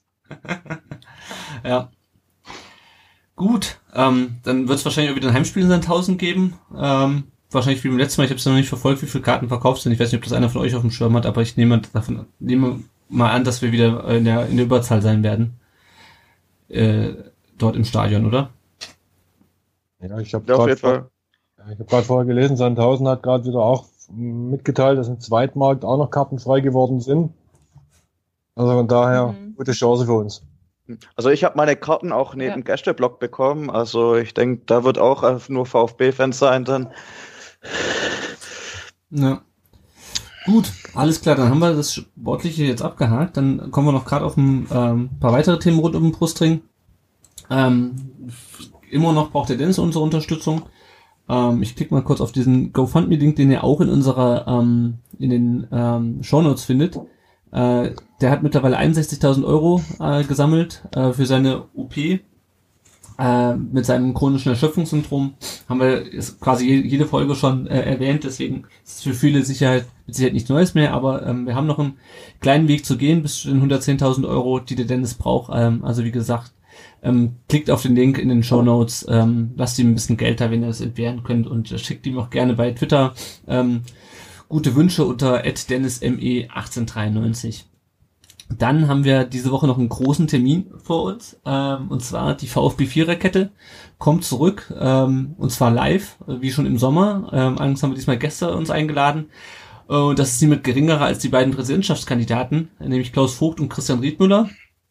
Ja. Gut, ähm, dann wird es wahrscheinlich auch wieder ein Heimspiel in Sandhausen geben. Ähm, wahrscheinlich wie beim letzten Mal, ich habe es noch nicht verfolgt, wie viele Karten verkauft sind. Ich weiß nicht, ob das einer von euch auf dem Schirm hat, aber ich nehme davon nehme mal an, dass wir wieder in der, in der Überzahl sein werden. Äh, dort im Stadion, oder? Ja, ich habe gerade vor, ich hab gerade vorher gelesen, Sandhausen hat gerade wieder auch mitgeteilt, dass im Zweitmarkt auch noch Karten frei geworden sind. Also von daher mhm. gute Chance für uns. Also ich habe meine Karten auch neben ja. Gästeblock bekommen. Also ich denke, da wird auch nur VfB-Fans sein dann. Ja. Gut, alles klar, dann haben wir das Sportliche jetzt abgehakt. Dann kommen wir noch gerade auf ein ähm, paar weitere Themen rund um den Brustring. Ähm, immer noch braucht der Dennis unsere Unterstützung. Ähm, ich klicke mal kurz auf diesen GoFundMe-Link, den ihr auch in unserer ähm, in den ähm, Shownotes findet. Äh, der hat mittlerweile einundsechzigtausend Euro äh, gesammelt äh, für seine O P äh, mit seinem chronischen Erschöpfungssyndrom. Haben wir ist quasi jede Folge schon äh, erwähnt, deswegen ist es für viele Sicherheit mit Sicherheit nichts Neues mehr, aber ähm, wir haben noch einen kleinen Weg zu gehen bis zu den hundertzehntausend Euro, die der Dennis braucht. Ähm, also wie gesagt, ähm, klickt auf den Link in den Shownotes, ähm, lasst ihm ein bisschen Geld da, wenn ihr das entbehren könnt, und äh, schickt ihm auch gerne bei Twitter ähm, gute Wünsche unter at dennis m e achtzehn dreiundneunzig. Dann haben wir diese Woche noch einen großen Termin vor uns, ähm, und zwar die VfB Viererkette kommt zurück, ähm, und zwar live, wie schon im Sommer. Ähm, allerdings haben wir diesmal Gäste uns eingeladen, äh, und das ist niemand geringerer als die beiden Präsidentschaftskandidaten, nämlich Klaus Vogt und Christian Riedmüller.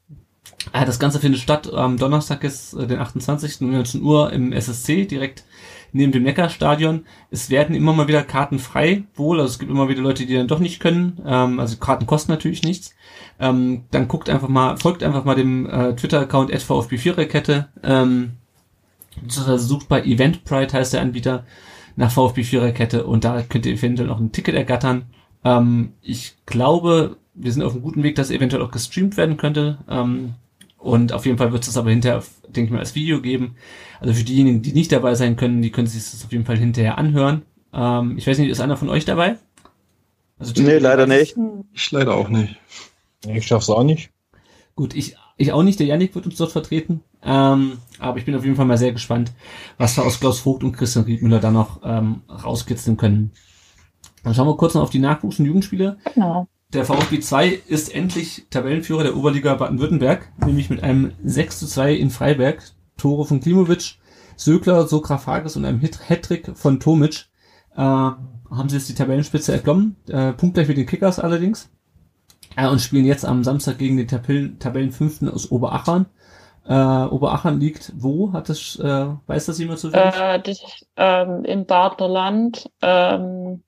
Äh, das Ganze findet statt am Donnerstag, ist äh, den achtundzwanzigsten um neunzehn Uhr im S S C, direkt neben dem Neckarstadion. Es werden immer mal wieder Karten frei, wohl, also es gibt immer wieder Leute, die dann doch nicht können, ähm, also Karten kosten natürlich nichts. Ähm, dann guckt einfach mal, folgt einfach mal dem äh, Twitter-Account at VfB Viererkette, ähm, beziehungsweise sucht bei Eventbrite, heißt der Anbieter, nach VfB Viererkette, und da könnt ihr eventuell noch ein Ticket ergattern. Ähm, ich glaube, wir sind auf einem guten Weg, dass eventuell auch gestreamt werden könnte, ähm, und auf jeden Fall wird es aber hinterher, denke ich mal, als Video geben. Also für diejenigen, die nicht dabei sein können, die können sich das auf jeden Fall hinterher anhören. Ähm, ich weiß nicht, ist einer von euch dabei? Also, nee, leider nicht. Ich leider auch nicht. Ich schaff's auch nicht. Gut, ich ich auch nicht. Der Yannick wird uns dort vertreten. Ähm, aber ich bin auf jeden Fall mal sehr gespannt, was wir aus Klaus Vogt und Christian Riedmüller da noch ähm, rauskitzeln können. Dann schauen wir kurz noch auf die Nachwuchs- und Jugendspiele. Genau. Der VfB zwei ist endlich Tabellenführer der Oberliga Baden-Württemberg, nämlich mit einem sechs zu zwei in Freiberg. Tore von Klimovic, Sögler, Sokrafagis und einem Hattrick von Tomic. Äh, haben sie jetzt die Tabellenspitze erklommen. Äh, punktgleich mit den Kickers allerdings. Äh, und spielen jetzt am Samstag gegen den Tabellen, Tabellenfünften aus Oberachern. Äh, Oberachern liegt wo? Hat das, äh, weiß das jemand so wenig? Äh, das, ähm, im Badner Land. Ähm,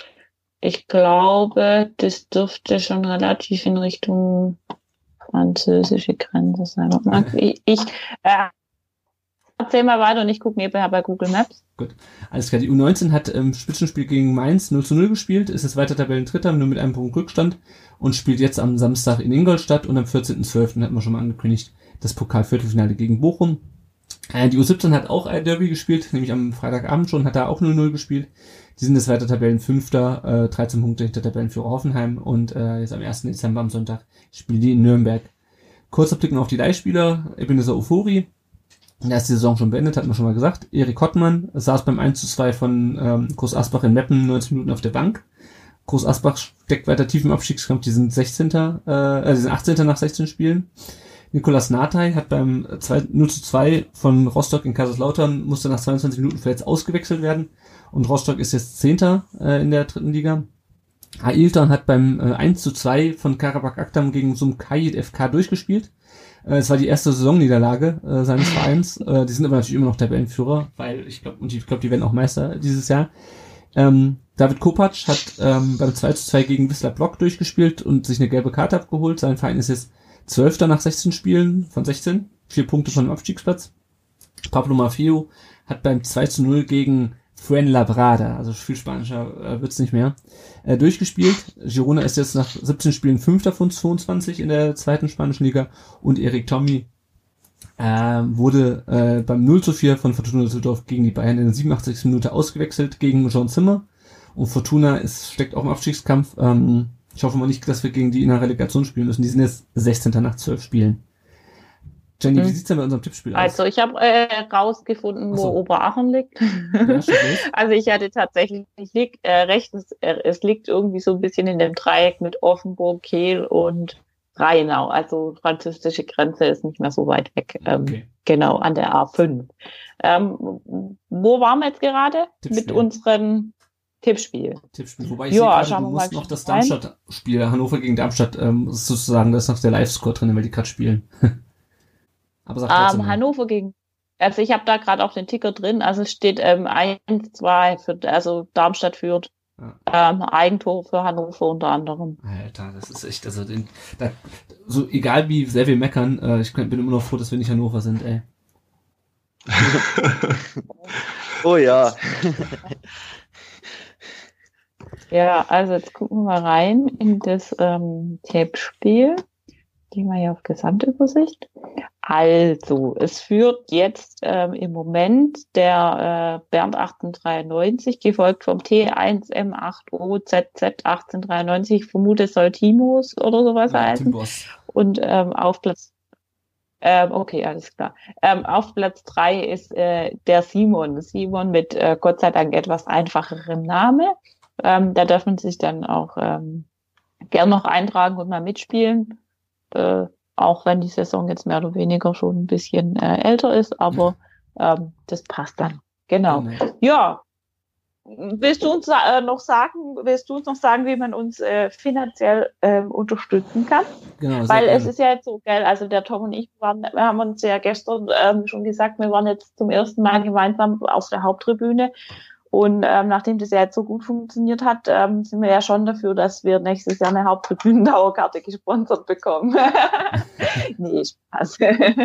ich glaube, das dürfte schon relativ in Richtung französische Grenze sein. Ich, ich äh, erzähl mal weiter und ich gucke nebenher bei Google Maps. Gut, alles klar. Die U neunzehn hat im Spitzenspiel gegen Mainz null zu null gespielt, ist jetzt weiter Tabellendritter, nur mit einem Punkt Rückstand, und spielt jetzt am Samstag in Ingolstadt, und am vierzehnten zwölften hatten wir schon mal angekündigt, das Pokal-Viertelfinale gegen Bochum. Äh, die U siebzehn hat auch ein Derby gespielt, nämlich am Freitagabend schon, hat da auch null null gespielt. Die sind jetzt weiter Tabellenfünfter, äh, dreizehn Punkte hinter Tabellenführer Hoffenheim, und äh, jetzt am ersten Dezember am Sonntag spielen die in Nürnberg. Kurzer Blick noch auf die Leihspieler. Ebenezer Ofori, der ist die Saison schon beendet, hat man schon mal gesagt. Erik Hottmann saß beim eins zu zwei von ähm, Groß Asbach in Meppen neunzig Minuten auf der Bank. Groß Asbach steckt weiter tief im Abstiegskampf, die sind sechzehnter Äh, die sind achtzehnter nach sechzehn Spielen. Nikolas Nathai hat beim null zu zwei von Rostock in Kaiserslautern, musste nach zweiundzwanzig Minuten verletzt ausgewechselt werden, und Rostock ist jetzt zehnter äh, in der dritten Liga. Ailton hat beim äh, eins zu zwei von Karabakh Akdam gegen Sumkayit F K durchgespielt. Äh, es war die erste Saisonniederlage äh, seines Vereins. Äh, die sind aber natürlich immer noch Tabellenführer, weil ich glaube, und ich glaube, die werden auch Meister dieses Jahr. Ähm, David Kopacz hat ähm, beim zwei zu zwei gegen Wisla Block durchgespielt und sich eine gelbe Karte abgeholt. Sein Verein ist jetzt zwölfter nach sechzehn Spielen von sechzehn, vier Punkte von dem Abstiegsplatz. Pablo Maffeo hat beim zwei zu null gegen Fuenlabrada, also viel spanischer äh, wird's nicht mehr, äh, durchgespielt. Girona ist jetzt nach siebzehn Spielen Fünfter von zweiundzwanzig in der zweiten spanischen Liga und Erik Tommy äh, wurde äh, beim null zu vier von Fortuna Düsseldorf gegen die Bayern in der siebenundachtzigsten Minute ausgewechselt gegen John Zimmer. Und Fortuna ist, steckt auch im Abstiegskampf. Ähm, ich hoffe mal nicht, dass wir gegen die in der Relegation spielen müssen. Die sind jetzt sechzehnter nach zwölf Spielen. Jenny, hm. wie sieht's denn bei unserem Tippspiel aus? Also ich habe äh, rausgefunden, wo Oberachern liegt. Ja, also ich hatte tatsächlich liegt, äh, recht, es, äh, es liegt irgendwie so ein bisschen in dem Dreieck mit Offenburg, Kehl und Rheinau. Also französische Grenze ist nicht mehr so weit weg. Ähm, okay. Genau, an der A fünf. Ähm, wo waren wir jetzt gerade? Tippspiel. Mit unseren Tippspiel. Tippspiel. Wobei ich ja, sehe gerade, du musst noch das Darmstadt-Spiel, Hannover gegen Darmstadt, ähm, ist sozusagen, da ist noch der Live-Score drin, weil die gerade spielen. Aber sag trotzdem ähm, Hannover gegen, also ich habe da gerade auch den Ticker drin, also es steht ähm, eins, zwei, für, also Darmstadt führt, ja. ähm, Eigentor für Hannover unter anderem. Alter, das ist echt, also den, da, so egal wie sehr wir meckern, äh, ich bin immer noch froh, dass wir nicht Hannover sind, ey. Oh ja. Ja, also jetzt gucken wir rein in das ähm, Tippspiel. Gehen wir hier auf Gesamtübersicht. Also, es führt jetzt ähm, im Moment der äh, Bernd achtzehnhundertdreiundneunzig, gefolgt vom T eins M acht O Z Z achtzehnhundertdreiundneunzig. Ich vermute, es soll Timos oder sowas ja, heißen. Timbos. Und ähm, auf Platz ähm, okay, alles klar. Ähm, auf Platz drei ist äh, der Simon. Simon mit äh, Gott sei Dank etwas einfacherem Name. Ähm, da darf man sich dann auch ähm, gern noch eintragen und mal mitspielen. Äh, auch wenn die Saison jetzt mehr oder weniger schon ein bisschen äh, älter ist, aber ähm, das passt dann. Genau. Ja. Willst du uns äh, noch sagen, willst du uns noch sagen, wie man uns äh, finanziell äh, unterstützen kann? Genau. Weil es ist ja jetzt so, gell, also der Tom und ich waren, wir haben uns ja gestern ähm, schon gesagt, wir waren jetzt zum ersten Mal gemeinsam auf der Haupttribüne. Und ähm, nachdem das ja jetzt so gut funktioniert hat, ähm, sind wir ja schon dafür, dass wir nächstes Jahr eine Haupttribünen-Dauerkarte gesponsert bekommen. Nee, Spaß.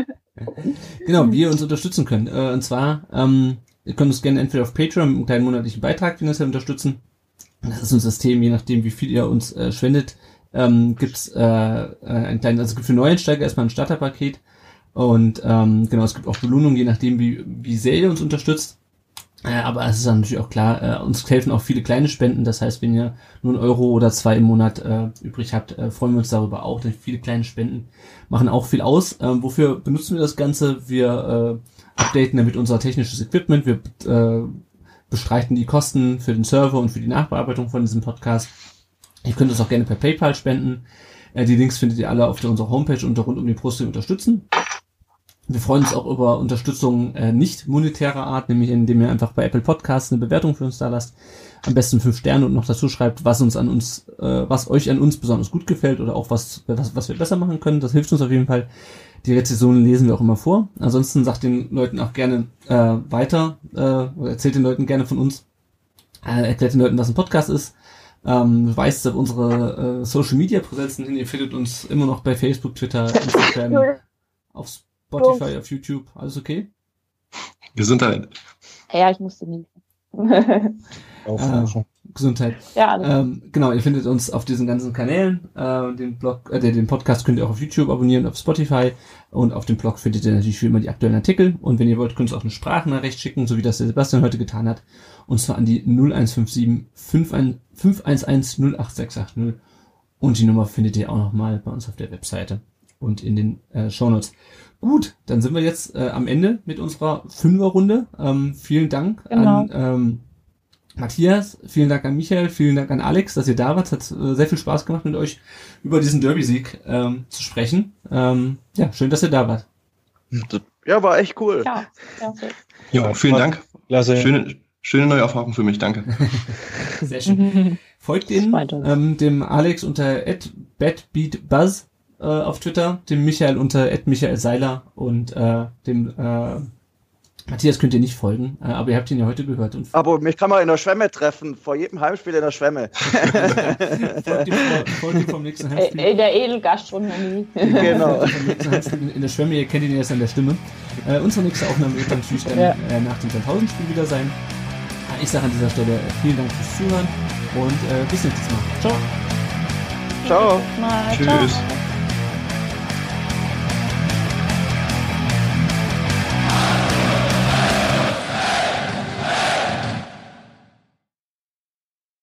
Genau, wie ihr uns unterstützen könnt. Äh, und zwar, ähm, ihr könnt uns gerne entweder auf Patreon mit einem kleinen monatlichen Beitrag finanziell unterstützen. Das ist unser System, je nachdem, wie viel ihr uns äh, spendet, ähm, gibt's äh, ein kleines, also es gibt für Neueinsteiger erstmal ein Starterpaket. Und ähm, genau, es gibt auch Belohnungen, je nachdem, wie, wie sehr ihr uns unterstützt. Äh, aber es ist dann natürlich auch klar, äh, uns helfen auch viele kleine Spenden. Das heißt, wenn ihr nur einen Euro oder zwei im Monat äh, übrig habt, äh, freuen wir uns darüber auch. Denn viele kleine Spenden machen auch viel aus. Ähm, wofür benutzen wir das Ganze? Wir äh, updaten damit unser technisches Equipment. Wir äh, bestreiten die Kosten für den Server und für die Nachbearbeitung von diesem Podcast. Ihr könnt uns auch gerne per PayPal spenden. Äh, die Links findet ihr alle auf der, unserer Homepage unter rund um den Brust unterstützen. Wir freuen uns auch über Unterstützung äh, nicht monetärer Art, nämlich indem ihr einfach bei Apple Podcasts eine Bewertung für uns da lasst. Am besten fünf Sterne und noch dazu schreibt, was uns an uns, äh, was euch an uns besonders gut gefällt oder auch was, was, was wir besser machen können. Das hilft uns auf jeden Fall. Die Rezensionen lesen wir auch immer vor. Ansonsten sagt den Leuten auch gerne äh, weiter, äh, oder erzählt den Leuten gerne von uns. Äh, erklärt den Leuten, was ein Podcast ist. Ähm, weist auf unsere äh, Social Media Präsenzen hin. Ihr findet uns immer noch bei Facebook, Twitter, Instagram, auf Spotify, auf YouTube. Alles okay? Gesundheit. Ja, ich musste nie. äh, Gesundheit. Ja, ähm, genau, ihr findet uns auf diesen ganzen Kanälen. Äh, den Blog, äh, den Podcast könnt ihr auch auf YouTube abonnieren, auf Spotify, und auf dem Blog findet ihr natürlich wie immer die aktuellen Artikel. Und wenn ihr wollt, könnt ihr auch eine Sprachnachricht schicken, so wie das der Sebastian heute getan hat. Und zwar an die null eins fünf sieben fünf eins eins null acht sechs acht null. Und die Nummer findet ihr auch nochmal bei uns auf der Webseite und in den äh, Shownotes. Gut, dann sind wir jetzt äh, am Ende mit unserer Fünferrunde. Ähm, vielen Dank genau. an ähm, Matthias, vielen Dank an Michael, vielen Dank an Alex, dass ihr da wart. Hat äh, sehr viel Spaß gemacht, mit euch über diesen Derby-Sieg ähm, zu sprechen. Ähm, ja, schön, dass ihr da wart. Ja, war echt cool. Ja, klasse. Ja, vielen Dank. Klasse. Schöne, schöne neue Erfahrung für mich, danke. Sehr schön. Folgt den, ähm, dem Alex unter at badbeatbuzz äh, auf Twitter, dem Michael unter at Michael Seiler und äh, dem äh, Matthias könnt ihr nicht folgen, äh, aber ihr habt ihn ja heute gehört. Und aber mich kann man in der Schwemme treffen, vor jedem Heimspiel in der Schwemme. folgt ihm, folgt ihm vom nächsten Heimspiel. In der Edelgastronomie. Genau. In der Schwemme, ihr kennt ihn erst an der Stimme. Äh, unsere nächste Aufnahme wird dann natürlich dann, ja. äh, nach dem zweitausend-Spiel wieder sein. ich sage an dieser Stelle vielen Dank fürs Zuhören und äh, bis nächstes Mal. Ciao. Ciao. Mal. Tschüss. Ciao.